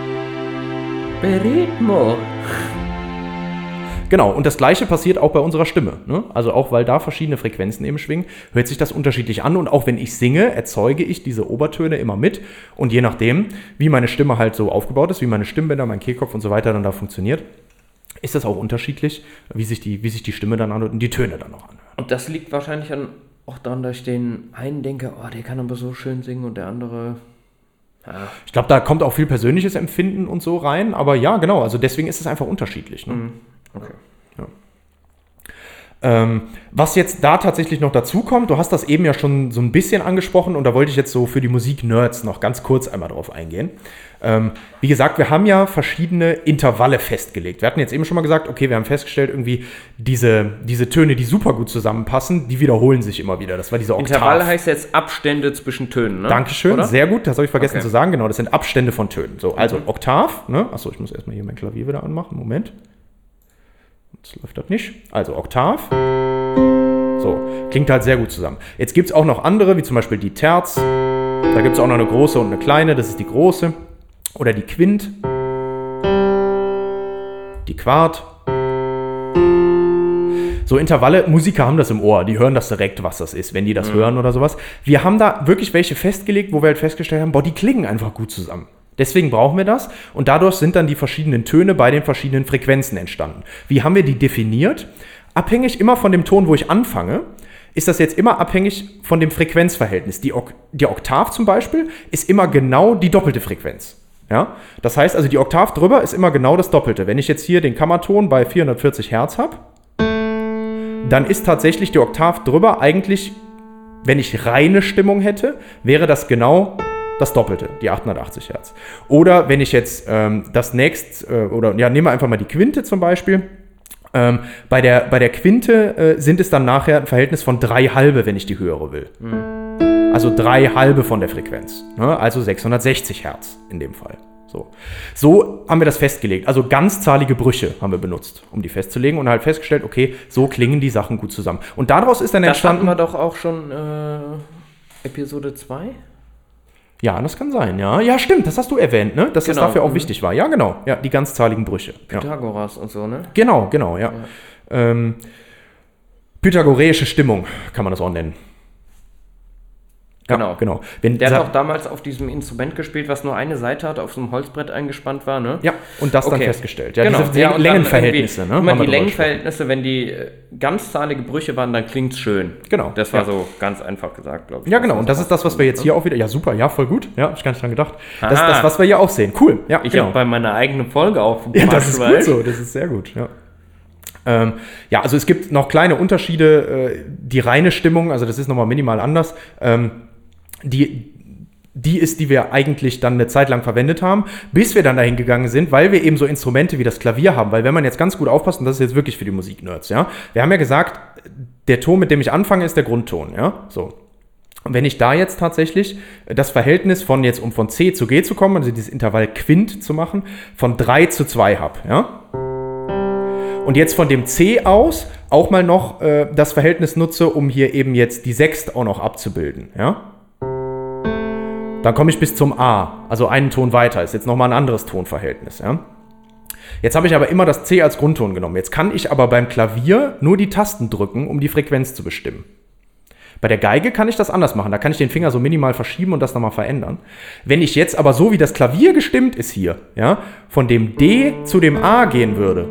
Beritmo. Genau, und das Gleiche passiert auch bei unserer Stimme. Ne? Also auch weil da verschiedene Frequenzen eben schwingen, hört sich das unterschiedlich an. Und auch wenn ich singe, erzeuge ich diese Obertöne immer mit. Und je nachdem, wie meine Stimme halt so aufgebaut ist, wie meine Stimmbänder, mein Kehlkopf und so weiter dann da funktioniert, ist das auch unterschiedlich, wie sich die, wie sich die Stimme dann anhört und die Töne dann auch anhören. Und das liegt wahrscheinlich an, auch daran, dass ich den einen denke, oh, der kann aber so schön singen und der andere... Ja. Ich glaube, da kommt auch viel persönliches Empfinden und so rein. Aber ja, genau, also deswegen ist es einfach unterschiedlich. Ne? Mhm. Okay. Ja. Ähm, was jetzt da tatsächlich noch dazu kommt, du hast das eben ja schon so ein bisschen angesprochen und da wollte ich jetzt so für die Musik-Nerds noch ganz kurz einmal drauf eingehen. Ähm, wie gesagt, wir haben ja verschiedene Intervalle festgelegt. Wir hatten jetzt eben schon mal gesagt, okay, wir haben festgestellt, irgendwie diese, diese Töne, die super gut zusammenpassen, die wiederholen sich immer wieder. Das war diese Oktav. Intervalle heißt jetzt Abstände zwischen Tönen, ne? Dankeschön, oder? Sehr gut, das habe ich vergessen okay. zu sagen. Genau, das sind Abstände von Tönen. So, also mhm. Oktav, ne? Achso, ich muss erstmal hier mein Klavier wieder anmachen. Moment. Jetzt läuft das nicht. Also Oktav. So, klingt halt sehr gut zusammen. Jetzt gibt es auch noch andere, wie zum Beispiel die Terz. Da gibt es auch noch eine große und eine kleine, das ist die große. Oder die Quint. Die Quart. So Intervalle, Musiker haben das im Ohr, die hören das direkt, was das ist, wenn die das mhm. hören oder sowas. Wir haben da wirklich welche festgelegt, wo wir halt festgestellt haben, boah, die klingen einfach gut zusammen. Deswegen brauchen wir das und dadurch sind dann die verschiedenen Töne bei den verschiedenen Frequenzen entstanden. Wie haben wir die definiert? Abhängig immer von dem Ton, wo ich anfange, ist das jetzt immer abhängig von dem Frequenzverhältnis. Die, Ok- die Oktav zum Beispiel ist immer genau die doppelte Frequenz. Ja? Das heißt also, die Oktav drüber ist immer genau das Doppelte. Wenn ich jetzt hier den Kammerton bei vierhundertvierzig Hertz habe, dann ist tatsächlich die Oktav drüber eigentlich, wenn ich reine Stimmung hätte, wäre das genau das Doppelte, die achthundertachtzig Hertz. Oder wenn ich jetzt ähm, das nächst, äh, oder ja, nehmen wir einfach mal die Quinte zum Beispiel. Ähm, bei, der, bei der Quinte äh, sind es dann nachher ein Verhältnis von drei halbe, wenn ich die höhere will. Mhm. Also drei halbe von der Frequenz. Ne? Also sechshundertsechzig Hertz in dem Fall. So. so haben wir das festgelegt. Also ganzzahlige Brüche haben wir benutzt, um die festzulegen und halt festgestellt, okay, so klingen die Sachen gut zusammen. Und daraus ist dann das entstanden... Das hatten wir doch auch schon äh, Episode zwei? Ja, das kann sein, ja. Ja, stimmt, das hast du erwähnt, ne? Dass genau. das dafür auch mhm. wichtig war. Ja, genau. Ja, die ganzzahligen Brüche. Pythagoras ja. und so, ne? Genau, genau, ja. ja. Ähm, pythagoreische Stimmung kann man das auch nennen. Genau. Ja, genau. Wenn der hat auch damals auf diesem Instrument gespielt, was nur eine Seite hat, auf so einem Holzbrett eingespannt war, ne? Ja, und das okay. dann festgestellt. Ja, genau. diese ja, Längenverhältnisse, ne? Immer die Längenverhältnisse, wenn die ganzzahlige Brüche waren, dann klingt's schön. Genau. Das war ja. so ganz einfach gesagt, glaube ich. Ja, genau. Und das ist das, was wir jetzt hier auch wieder... Ja, super. Ja, voll gut. Ja, hab ich gar nicht dran gedacht. Aha. Das ist das, was wir hier auch sehen. Cool. Ja, ich genau. habe bei meiner eigenen Folge aufgepasst. Ja, das ist gut so. Das ist sehr gut, ja. Ähm, ja, also es gibt noch kleine Unterschiede. Äh, die reine Stimmung, also das ist nochmal minimal anders. Ähm, Die, die ist, die wir eigentlich dann eine Zeit lang verwendet haben, bis wir dann dahin gegangen sind, weil wir eben so Instrumente wie das Klavier haben. Weil wenn man jetzt ganz gut aufpasst, und das ist jetzt wirklich für die Musiknerds, ja, wir haben ja gesagt, der Ton, mit dem ich anfange, ist der Grundton, ja, so. Und wenn ich da jetzt tatsächlich das Verhältnis von jetzt, um von C zu G zu kommen, also dieses Intervall Quint zu machen, von drei zu zwei habe, ja, und jetzt von dem C aus auch mal noch äh, das Verhältnis nutze, um hier eben jetzt die Sechst auch noch abzubilden, ja, dann komme ich bis zum A, also einen Ton weiter, ist jetzt nochmal ein anderes Tonverhältnis. Ja? Jetzt habe ich aber immer das C als Grundton genommen. Jetzt kann ich aber beim Klavier nur die Tasten drücken, um die Frequenz zu bestimmen. Bei der Geige kann ich das anders machen, da kann ich den Finger so minimal verschieben und das nochmal verändern. Wenn ich jetzt aber so, wie das Klavier gestimmt ist hier, ja, von dem D zu dem A gehen würde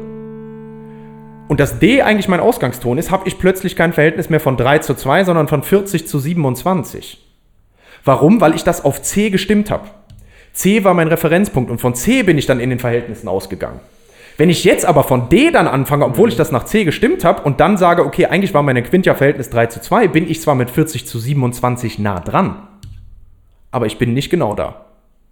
und das D eigentlich mein Ausgangston ist, habe ich plötzlich kein Verhältnis mehr von drei zu zwei, sondern von vierzig zu siebenundzwanzig. Warum? Weil ich das auf C gestimmt habe. C war mein Referenzpunkt und von C bin ich dann in den Verhältnissen ausgegangen. Wenn ich jetzt aber von D dann anfange, obwohl ich das nach C gestimmt habe und dann sage, okay, eigentlich war meine Quint ja Verhältnis drei zu zwei, bin ich zwar mit vierzig zu siebenundzwanzig nah dran, aber ich bin nicht genau da.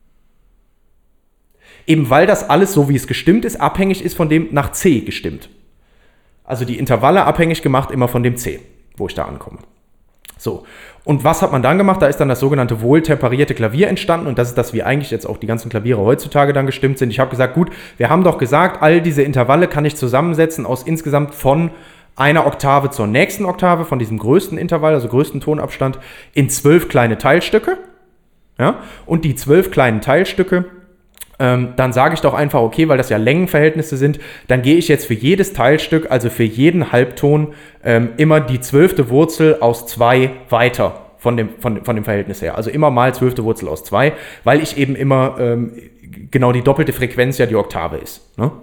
Eben weil das alles, so wie es gestimmt ist, abhängig ist von dem nach C gestimmt. Also die Intervalle abhängig gemacht immer von dem C, wo ich da ankomme. So, und was hat man dann gemacht? Da ist dann das sogenannte wohltemperierte Klavier entstanden und das ist das, wie eigentlich jetzt auch die ganzen Klaviere heutzutage dann gestimmt sind. Ich habe gesagt, gut, wir haben doch gesagt, all diese Intervalle kann ich zusammensetzen aus insgesamt von einer Oktave zur nächsten Oktave, von diesem größten Intervall, also größten Tonabstand, in zwölf kleine Teilstücke. Ja? Und die zwölf kleinen Teilstücke, ähm, dann sage ich doch einfach, okay, weil das ja Längenverhältnisse sind, dann gehe ich jetzt für jedes Teilstück, also für jeden Halbton, ähm, immer die zwölfte Wurzel aus zwei weiter von dem, von, von dem Verhältnis her. Also immer mal zwölfte Wurzel aus zwei, weil ich eben immer ähm, genau die doppelte Frequenz ja die Oktave ist. Ne?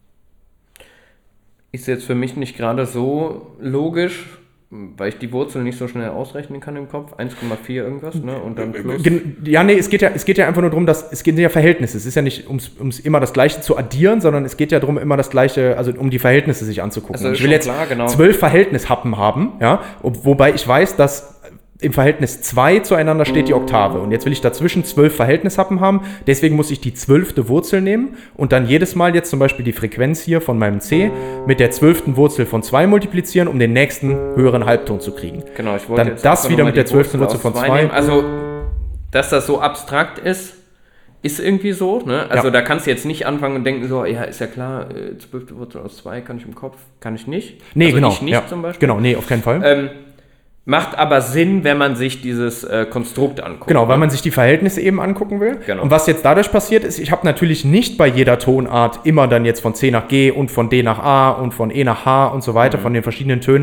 Ist jetzt für mich nicht gerade so logisch, weil ich die Wurzel nicht so schnell ausrechnen kann im Kopf. eins Komma vier irgendwas, ne? Und dann plus. Ja, nee, es geht ja, es geht ja einfach nur darum, dass es geht ja Verhältnisse. Es ist ja nicht ums, ums immer das Gleiche zu addieren, sondern es geht ja darum, immer das Gleiche, also um die Verhältnisse sich anzugucken. Also ich will jetzt klar, genau. zwölf Verhältnishappen haben, ja, wobei ich weiß, dass im Verhältnis zwei zueinander steht die Oktave. Und jetzt will ich dazwischen zwölf Verhältnishappen haben. Deswegen muss ich die zwölfte Wurzel nehmen und dann jedes Mal jetzt zum Beispiel die Frequenz hier von meinem C mit der zwölften Wurzel von zwei multiplizieren, um den nächsten höheren Halbton zu kriegen. Genau, ich wollte dann jetzt das wieder mit der zwölften Wurzel von zwei. Also, dass das so abstrakt ist, ist irgendwie so. Ne? Also, ja. Da kannst du jetzt nicht anfangen und denken so, ja, ist ja klar, zwölfte Wurzel aus zwei kann ich im Kopf, kann ich nicht. Nee, also genau. Ich nicht ja. zum Beispiel. Genau, nee, auf keinen Fall. Ähm, Macht aber Sinn, wenn man sich dieses äh, Konstrukt anguckt. Genau, weil man sich die Verhältnisse eben angucken will. Genau. Und was jetzt dadurch passiert ist, ich habe natürlich nicht bei jeder Tonart immer dann jetzt von C nach G und von D nach A und von E nach H und so weiter, mhm. von den verschiedenen Tönen,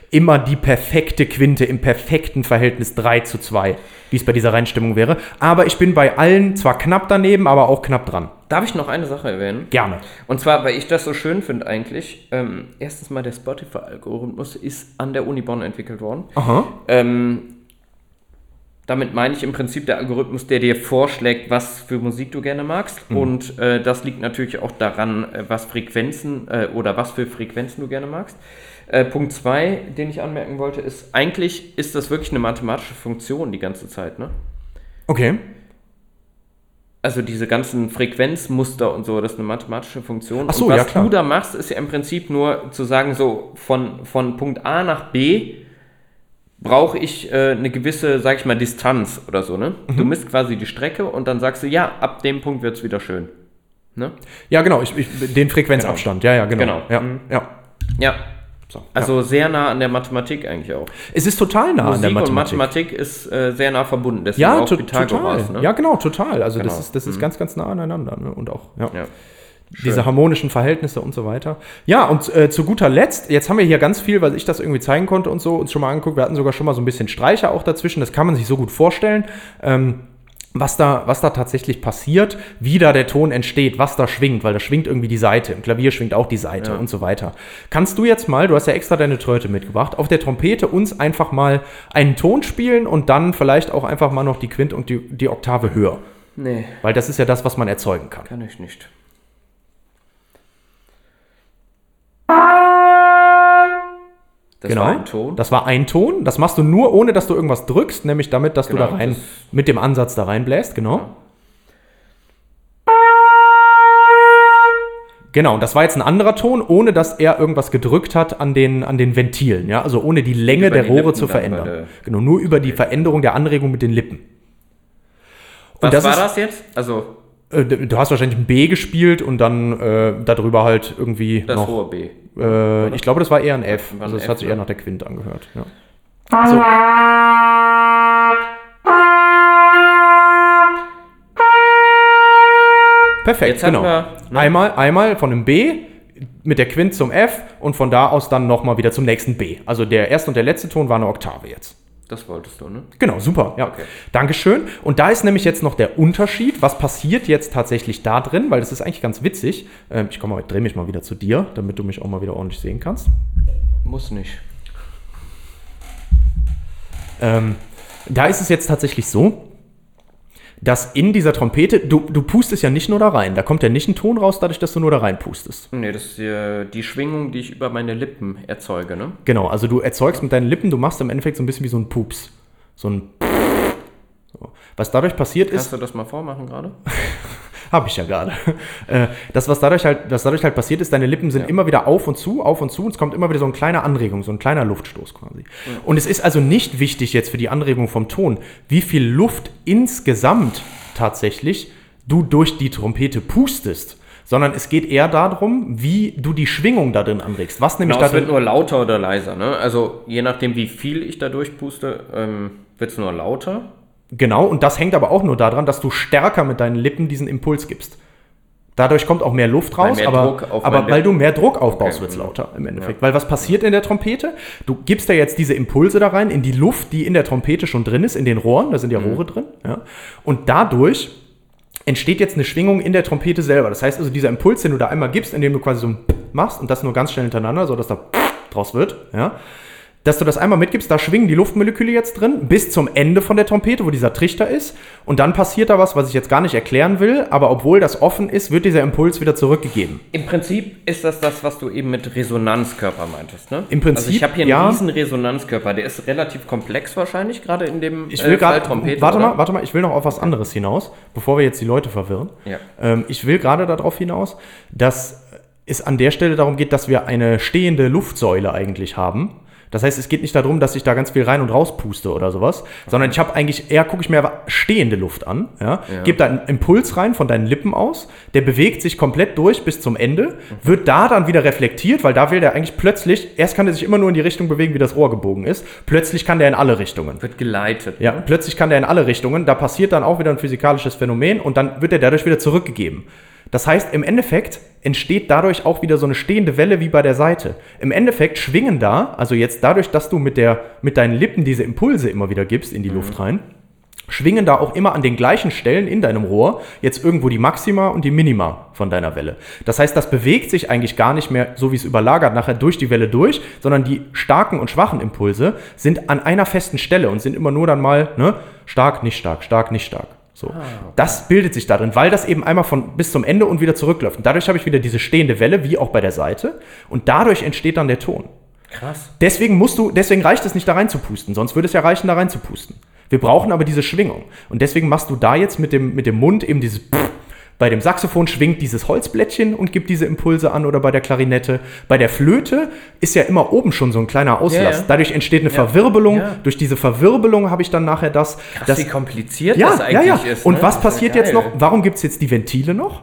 immer die perfekte Quinte im perfekten Verhältnis drei zu zwei, wie es bei dieser Reinstimmung wäre. Aber ich bin bei allen zwar knapp daneben, aber auch knapp dran. Darf ich noch eine Sache erwähnen? Gerne. Und zwar, weil ich das so schön finde eigentlich. Ähm, erstens mal, der Spotify-Algorithmus ist an der Uni Bonn entwickelt worden. Aha. Ähm, damit meine ich im Prinzip der Algorithmus, der dir vorschlägt, was für Musik du gerne magst. Mhm. Und äh, das liegt natürlich auch daran, was Frequenzen äh, oder was für Frequenzen du gerne magst. Äh, Punkt zwei, den ich anmerken wollte, ist, eigentlich ist das wirklich eine mathematische Funktion die ganze Zeit, ne? Okay. Also diese ganzen Frequenzmuster und so, das ist eine mathematische Funktion. Ach so, und was ja, klar. du da machst, ist ja im Prinzip nur zu sagen, so von, von Punkt A nach B brauche ich äh, eine gewisse, sag ich mal, Distanz oder so, ne? Mhm. Du misst quasi die Strecke und dann sagst du, ja, ab dem Punkt wird es wieder schön. Ne? Ja, genau, ich, ich, den Frequenzabstand, genau. ja, ja, genau. genau. Ja, mhm. ja. ja. So, also ja. sehr nah an der Mathematik eigentlich auch. Es ist total nah Musik an der Mathematik. Und Mathematik ist äh, sehr nah verbunden. Deswegen ja, auch to- Pythagoras. total. Ne? Ja, genau, total. Also genau. das ist, das ist mhm. ganz, ganz nah aneinander. Ne? Und auch, ja. ja. Diese harmonischen Verhältnisse und so weiter. Ja, und äh, zu guter Letzt, jetzt haben wir hier ganz viel, weil ich das irgendwie zeigen konnte und so, uns schon mal angeguckt. Wir hatten sogar schon mal so ein bisschen Streicher auch dazwischen. Das kann man sich so gut vorstellen. Ähm, Was da, was da tatsächlich passiert, wie da der Ton entsteht, was da schwingt, weil da schwingt irgendwie die Saite, im Klavier schwingt auch die Saite ja. und so weiter. Kannst du jetzt mal, du hast ja extra deine Tröte mitgebracht, auf der Trompete uns einfach mal einen Ton spielen und dann vielleicht auch einfach mal noch die Quint und die, die Oktave höher? Nee. Weil das ist ja das, was man erzeugen kann. Kann ich nicht. Das genau, war ein Ton. Das war ein Ton. Das machst du nur, ohne dass du irgendwas drückst, nämlich damit, dass genau, du da rein, mit dem Ansatz da reinbläst, genau. Ja. Genau, und das war jetzt ein anderer Ton, ohne dass er irgendwas gedrückt hat an den, an den Ventilen, ja, also ohne die Länge über der Rohre zu verändern. Genau, nur über die Veränderung der Anregung mit den Lippen. Und Was das war ist, das jetzt? Also du hast wahrscheinlich ein B gespielt und dann äh, darüber halt irgendwie das noch... hohe B. Äh, ich glaube, das war eher ein F. War ein also es F, hat sich ja. eher nach der Quint angehört. Ja. So. Perfekt, Jetzt genau. Wir, ne? Einmal, einmal von einem B mit der Quint zum F und von da aus dann nochmal wieder zum nächsten B. Also der erste und der letzte Ton war eine Oktave jetzt. Das wolltest du, ne? Genau, super. Ja. Okay. Dankeschön. Und da ist nämlich jetzt noch der Unterschied. Was passiert jetzt tatsächlich da drin? Weil das ist eigentlich ganz witzig. Ähm, ich komme mal, drehe mich mal wieder zu dir, damit du mich auch mal wieder ordentlich sehen kannst. Muss nicht. Ähm, da ist es jetzt tatsächlich so, dass in dieser Trompete, du, du pustest ja nicht nur da rein, da kommt ja nicht ein Ton raus, dadurch, dass du nur da rein pustest. Nee, das ist die, die Schwingung, die ich über meine Lippen erzeuge, ne? Genau, also du erzeugst mit deinen Lippen, du machst im Endeffekt so ein bisschen wie so ein Pups. So ein so. Was dadurch passiert ist... Kannst du das mal vormachen gerade? Habe ich ja gerade. Das, was dadurch, halt, was dadurch halt passiert ist, deine Lippen sind ja. immer wieder auf und zu, auf und zu und es kommt immer wieder so eine kleine Anregung, so ein kleiner Luftstoß quasi. Ja. Und es ist also nicht wichtig jetzt für die Anregung vom Ton, wie viel Luft insgesamt tatsächlich du durch die Trompete pustest, sondern es geht eher darum, wie du die Schwingung da drin anregst. Was nämlich genau, da es wird nur lauter oder leiser, ne? Also je nachdem, wie viel ich da durchpuste, ähm, wird es nur lauter. Genau, und das hängt aber auch nur daran, dass du stärker mit deinen Lippen diesen Impuls gibst. Dadurch kommt auch mehr Luft raus, mehr aber, aber weil du mehr Druck aufbaust, okay. wird es lauter im Endeffekt. Ja. Weil was passiert in der Trompete? Du gibst ja jetzt diese Impulse da rein in die Luft, die in der Trompete schon drin ist, in den Rohren, da sind ja Rohre mhm. drin. Ja? Und dadurch entsteht jetzt eine Schwingung in der Trompete selber. Das heißt also, dieser Impuls, den du da einmal gibst, indem du quasi so ein machst und das nur ganz schnell hintereinander, sodass da draus wird, ja, dass du das einmal mitgibst, da schwingen die Luftmoleküle jetzt drin, bis zum Ende von der Trompete, wo dieser Trichter ist. Und dann passiert da was, was ich jetzt gar nicht erklären will, aber obwohl das offen ist, wird dieser Impuls wieder zurückgegeben. Im Prinzip ist das das, was du eben mit Resonanzkörper meintest, ne? Im Prinzip, also ich habe hier einen ja. riesen Resonanzkörper, der ist relativ komplex wahrscheinlich, gerade in dem ich will äh, Fall grad, Trompete. Warte oder? mal, warte mal, ich will noch auf was anderes hinaus, bevor wir jetzt die Leute verwirren. Ja. Ähm, ich will gerade darauf hinaus, dass es an der Stelle darum geht, dass wir eine stehende Luftsäule eigentlich haben. Das heißt, es geht nicht darum, dass ich da ganz viel rein und raus puste oder sowas, okay. sondern ich habe eigentlich eher, gucke ich mir stehende Luft an, ja? Ja. Gebe da einen Impuls rein von deinen Lippen aus, der bewegt sich komplett durch bis zum Ende, mhm. wird da dann wieder reflektiert, weil da will der eigentlich plötzlich, erst kann der sich immer nur in die Richtung bewegen, wie das Rohr gebogen ist, plötzlich kann der in alle Richtungen. Wird geleitet. Ja, ne? Plötzlich kann der in alle Richtungen, da passiert dann auch wieder ein physikalisches Phänomen und dann wird er dadurch wieder zurückgegeben. Das heißt, im Endeffekt entsteht dadurch auch wieder so eine stehende Welle wie bei der Saite. Im Endeffekt schwingen da, also jetzt dadurch, dass du mit, der, mit deinen Lippen diese Impulse immer wieder gibst in die mhm. Luft rein, schwingen da auch immer an den gleichen Stellen in deinem Rohr jetzt irgendwo die Maxima und die Minima von deiner Welle. Das heißt, das bewegt sich eigentlich gar nicht mehr, so wie es überlagert, nachher durch die Welle durch, sondern die starken und schwachen Impulse sind an einer festen Stelle und sind immer nur dann mal ne, stark, nicht stark, stark, nicht stark. So. Ah, okay. Das bildet sich darin, weil das eben einmal von bis zum Ende und wieder zurückläuft. Und dadurch habe ich wieder diese stehende Welle, wie auch bei der Saite. Und dadurch entsteht dann der Ton. Krass. Deswegen musst du, deswegen reicht es nicht da rein zu pusten, sonst würde es ja reichen, da rein zu pusten. Wir brauchen aber diese Schwingung. Und deswegen machst du da jetzt mit dem, mit dem Mund eben dieses Pff. Bei dem Saxophon schwingt dieses Holzblättchen und gibt diese Impulse an oder bei der Klarinette. Bei der Flöte ist ja immer oben schon so ein kleiner Auslass. Ja, ja. Dadurch entsteht eine ja. Verwirbelung. Ja. Durch diese Verwirbelung habe ich dann nachher das. Krass, das, wie kompliziert ja, das eigentlich ja, ja. ist. Und ne? was passiert jetzt noch? Warum gibt es jetzt die Ventile noch?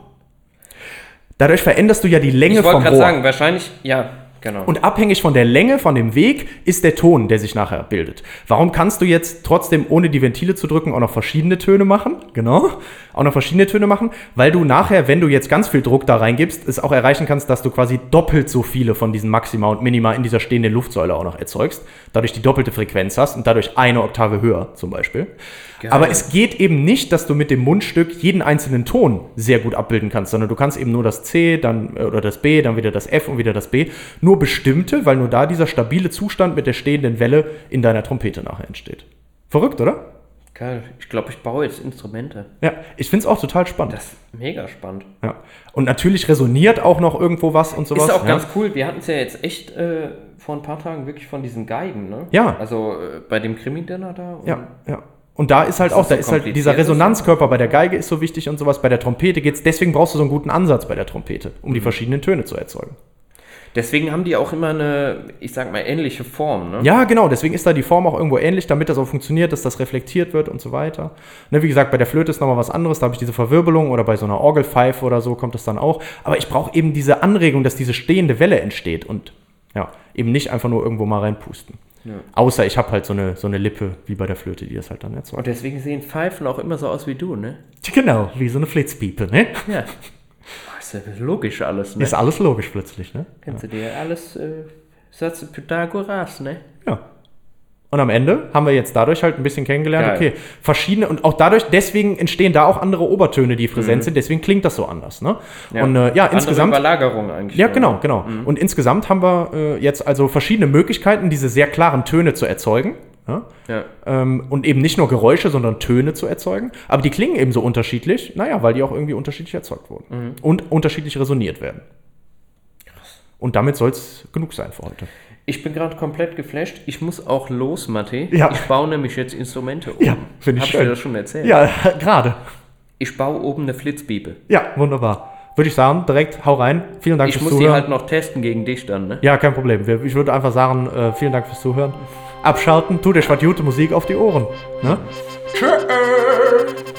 Dadurch veränderst du ja die Länge vom Rohr. Ich wollte gerade sagen, wahrscheinlich, ja. Genau. Und abhängig von der Länge, von dem Weg, ist der Ton, der sich nachher bildet. Warum kannst du jetzt trotzdem, ohne die Ventile zu drücken, auch noch verschiedene Töne machen? Genau, auch noch verschiedene Töne machen, weil du nachher, wenn du jetzt ganz viel Druck da reingibst, es auch erreichen kannst, dass du quasi doppelt so viele von diesen Maxima und Minima in dieser stehenden Luftsäule auch noch erzeugst, dadurch die doppelte Frequenz hast und dadurch eine Oktave höher zum Beispiel. Geil. Aber es geht eben nicht, dass du mit dem Mundstück jeden einzelnen Ton sehr gut abbilden kannst, sondern du kannst eben nur das C, dann oder das B, dann wieder das F und wieder das B. Nur bestimmte, weil nur da dieser stabile Zustand mit der stehenden Welle in deiner Trompete nachher entsteht. Verrückt, oder? Geil. Ich glaube, ich baue jetzt Instrumente. Ja, ich finde es auch total spannend. Das ist mega spannend. Ja. Und natürlich resoniert auch noch irgendwo was und sowas. Ist auch ja. ganz cool. Wir hatten es ja jetzt echt äh, vor ein paar Tagen wirklich von diesen Geigen, ne? Ja. Also äh, bei dem Krimi-Dinner da. Und ja, ja. Und da ist halt auch, da ist halt dieser Resonanzkörper bei der Geige ist so wichtig und sowas. Bei der Trompete geht's, deswegen brauchst du so einen guten Ansatz bei der Trompete, um mhm. die verschiedenen Töne zu erzeugen. Deswegen haben die auch immer eine, ich sag mal, ähnliche Form, ne? Ja, genau. Deswegen ist da die Form auch irgendwo ähnlich, damit das auch funktioniert, dass das reflektiert wird und so weiter. Ne, wie gesagt, bei der Flöte ist nochmal was anderes. Da habe ich diese Verwirbelung oder bei so einer Orgelpfeife oder so kommt das dann auch. Aber ich brauche eben diese Anregung, dass diese stehende Welle entsteht und ja, eben nicht einfach nur irgendwo mal reinpusten. Ja. Außer ich habe halt so eine, so eine Lippe wie bei der Flöte, die das halt dann erzeugt. Und deswegen sehen Pfeifen auch immer so aus wie du, ne? Genau, wie so eine Flitzpiepe, ne? Ja. Ist ja logisch alles, ne? Ist alles logisch plötzlich, ne? Kennst ja. du dir alles, äh, Satz Pythagoras, ne? Ja. Und am Ende haben wir jetzt dadurch halt ein bisschen kennengelernt, Geil. okay, verschiedene, und auch dadurch, deswegen entstehen da auch andere Obertöne, die präsent mhm. sind, deswegen klingt das so anders, ne? Ja. Und äh, ja, andere insgesamt. Überlagerung eigentlich. Ja, genau, genau. Mhm. Und insgesamt haben wir äh, jetzt also verschiedene Möglichkeiten, diese sehr klaren Töne zu erzeugen. Ja? Ja. Ähm, und eben nicht nur Geräusche, sondern Töne zu erzeugen. Aber die klingen eben so unterschiedlich, naja, weil die auch irgendwie unterschiedlich erzeugt wurden. Mhm. Und unterschiedlich resoniert werden. Krass. Und damit soll es genug sein für heute. Ich bin gerade komplett geflasht. Ich muss auch los, Matti. Ja. Ich baue nämlich jetzt Instrumente um. Ja, finde ich schön. Hab ich dir das schon erzählt? Ja, gerade. Ich baue oben eine Flitzpiepe. Ja, wunderbar. Würde ich sagen, direkt hau rein. Vielen Dank ich fürs Zuhören. Zuhören. Ich muss die halt noch testen gegen dich dann, ne? Ja, kein Problem. Ich würde einfach sagen, äh, vielen Dank fürs Zuhören. Abschalten, tut euch was gute Musik auf die Ohren. Ne? Tschüss.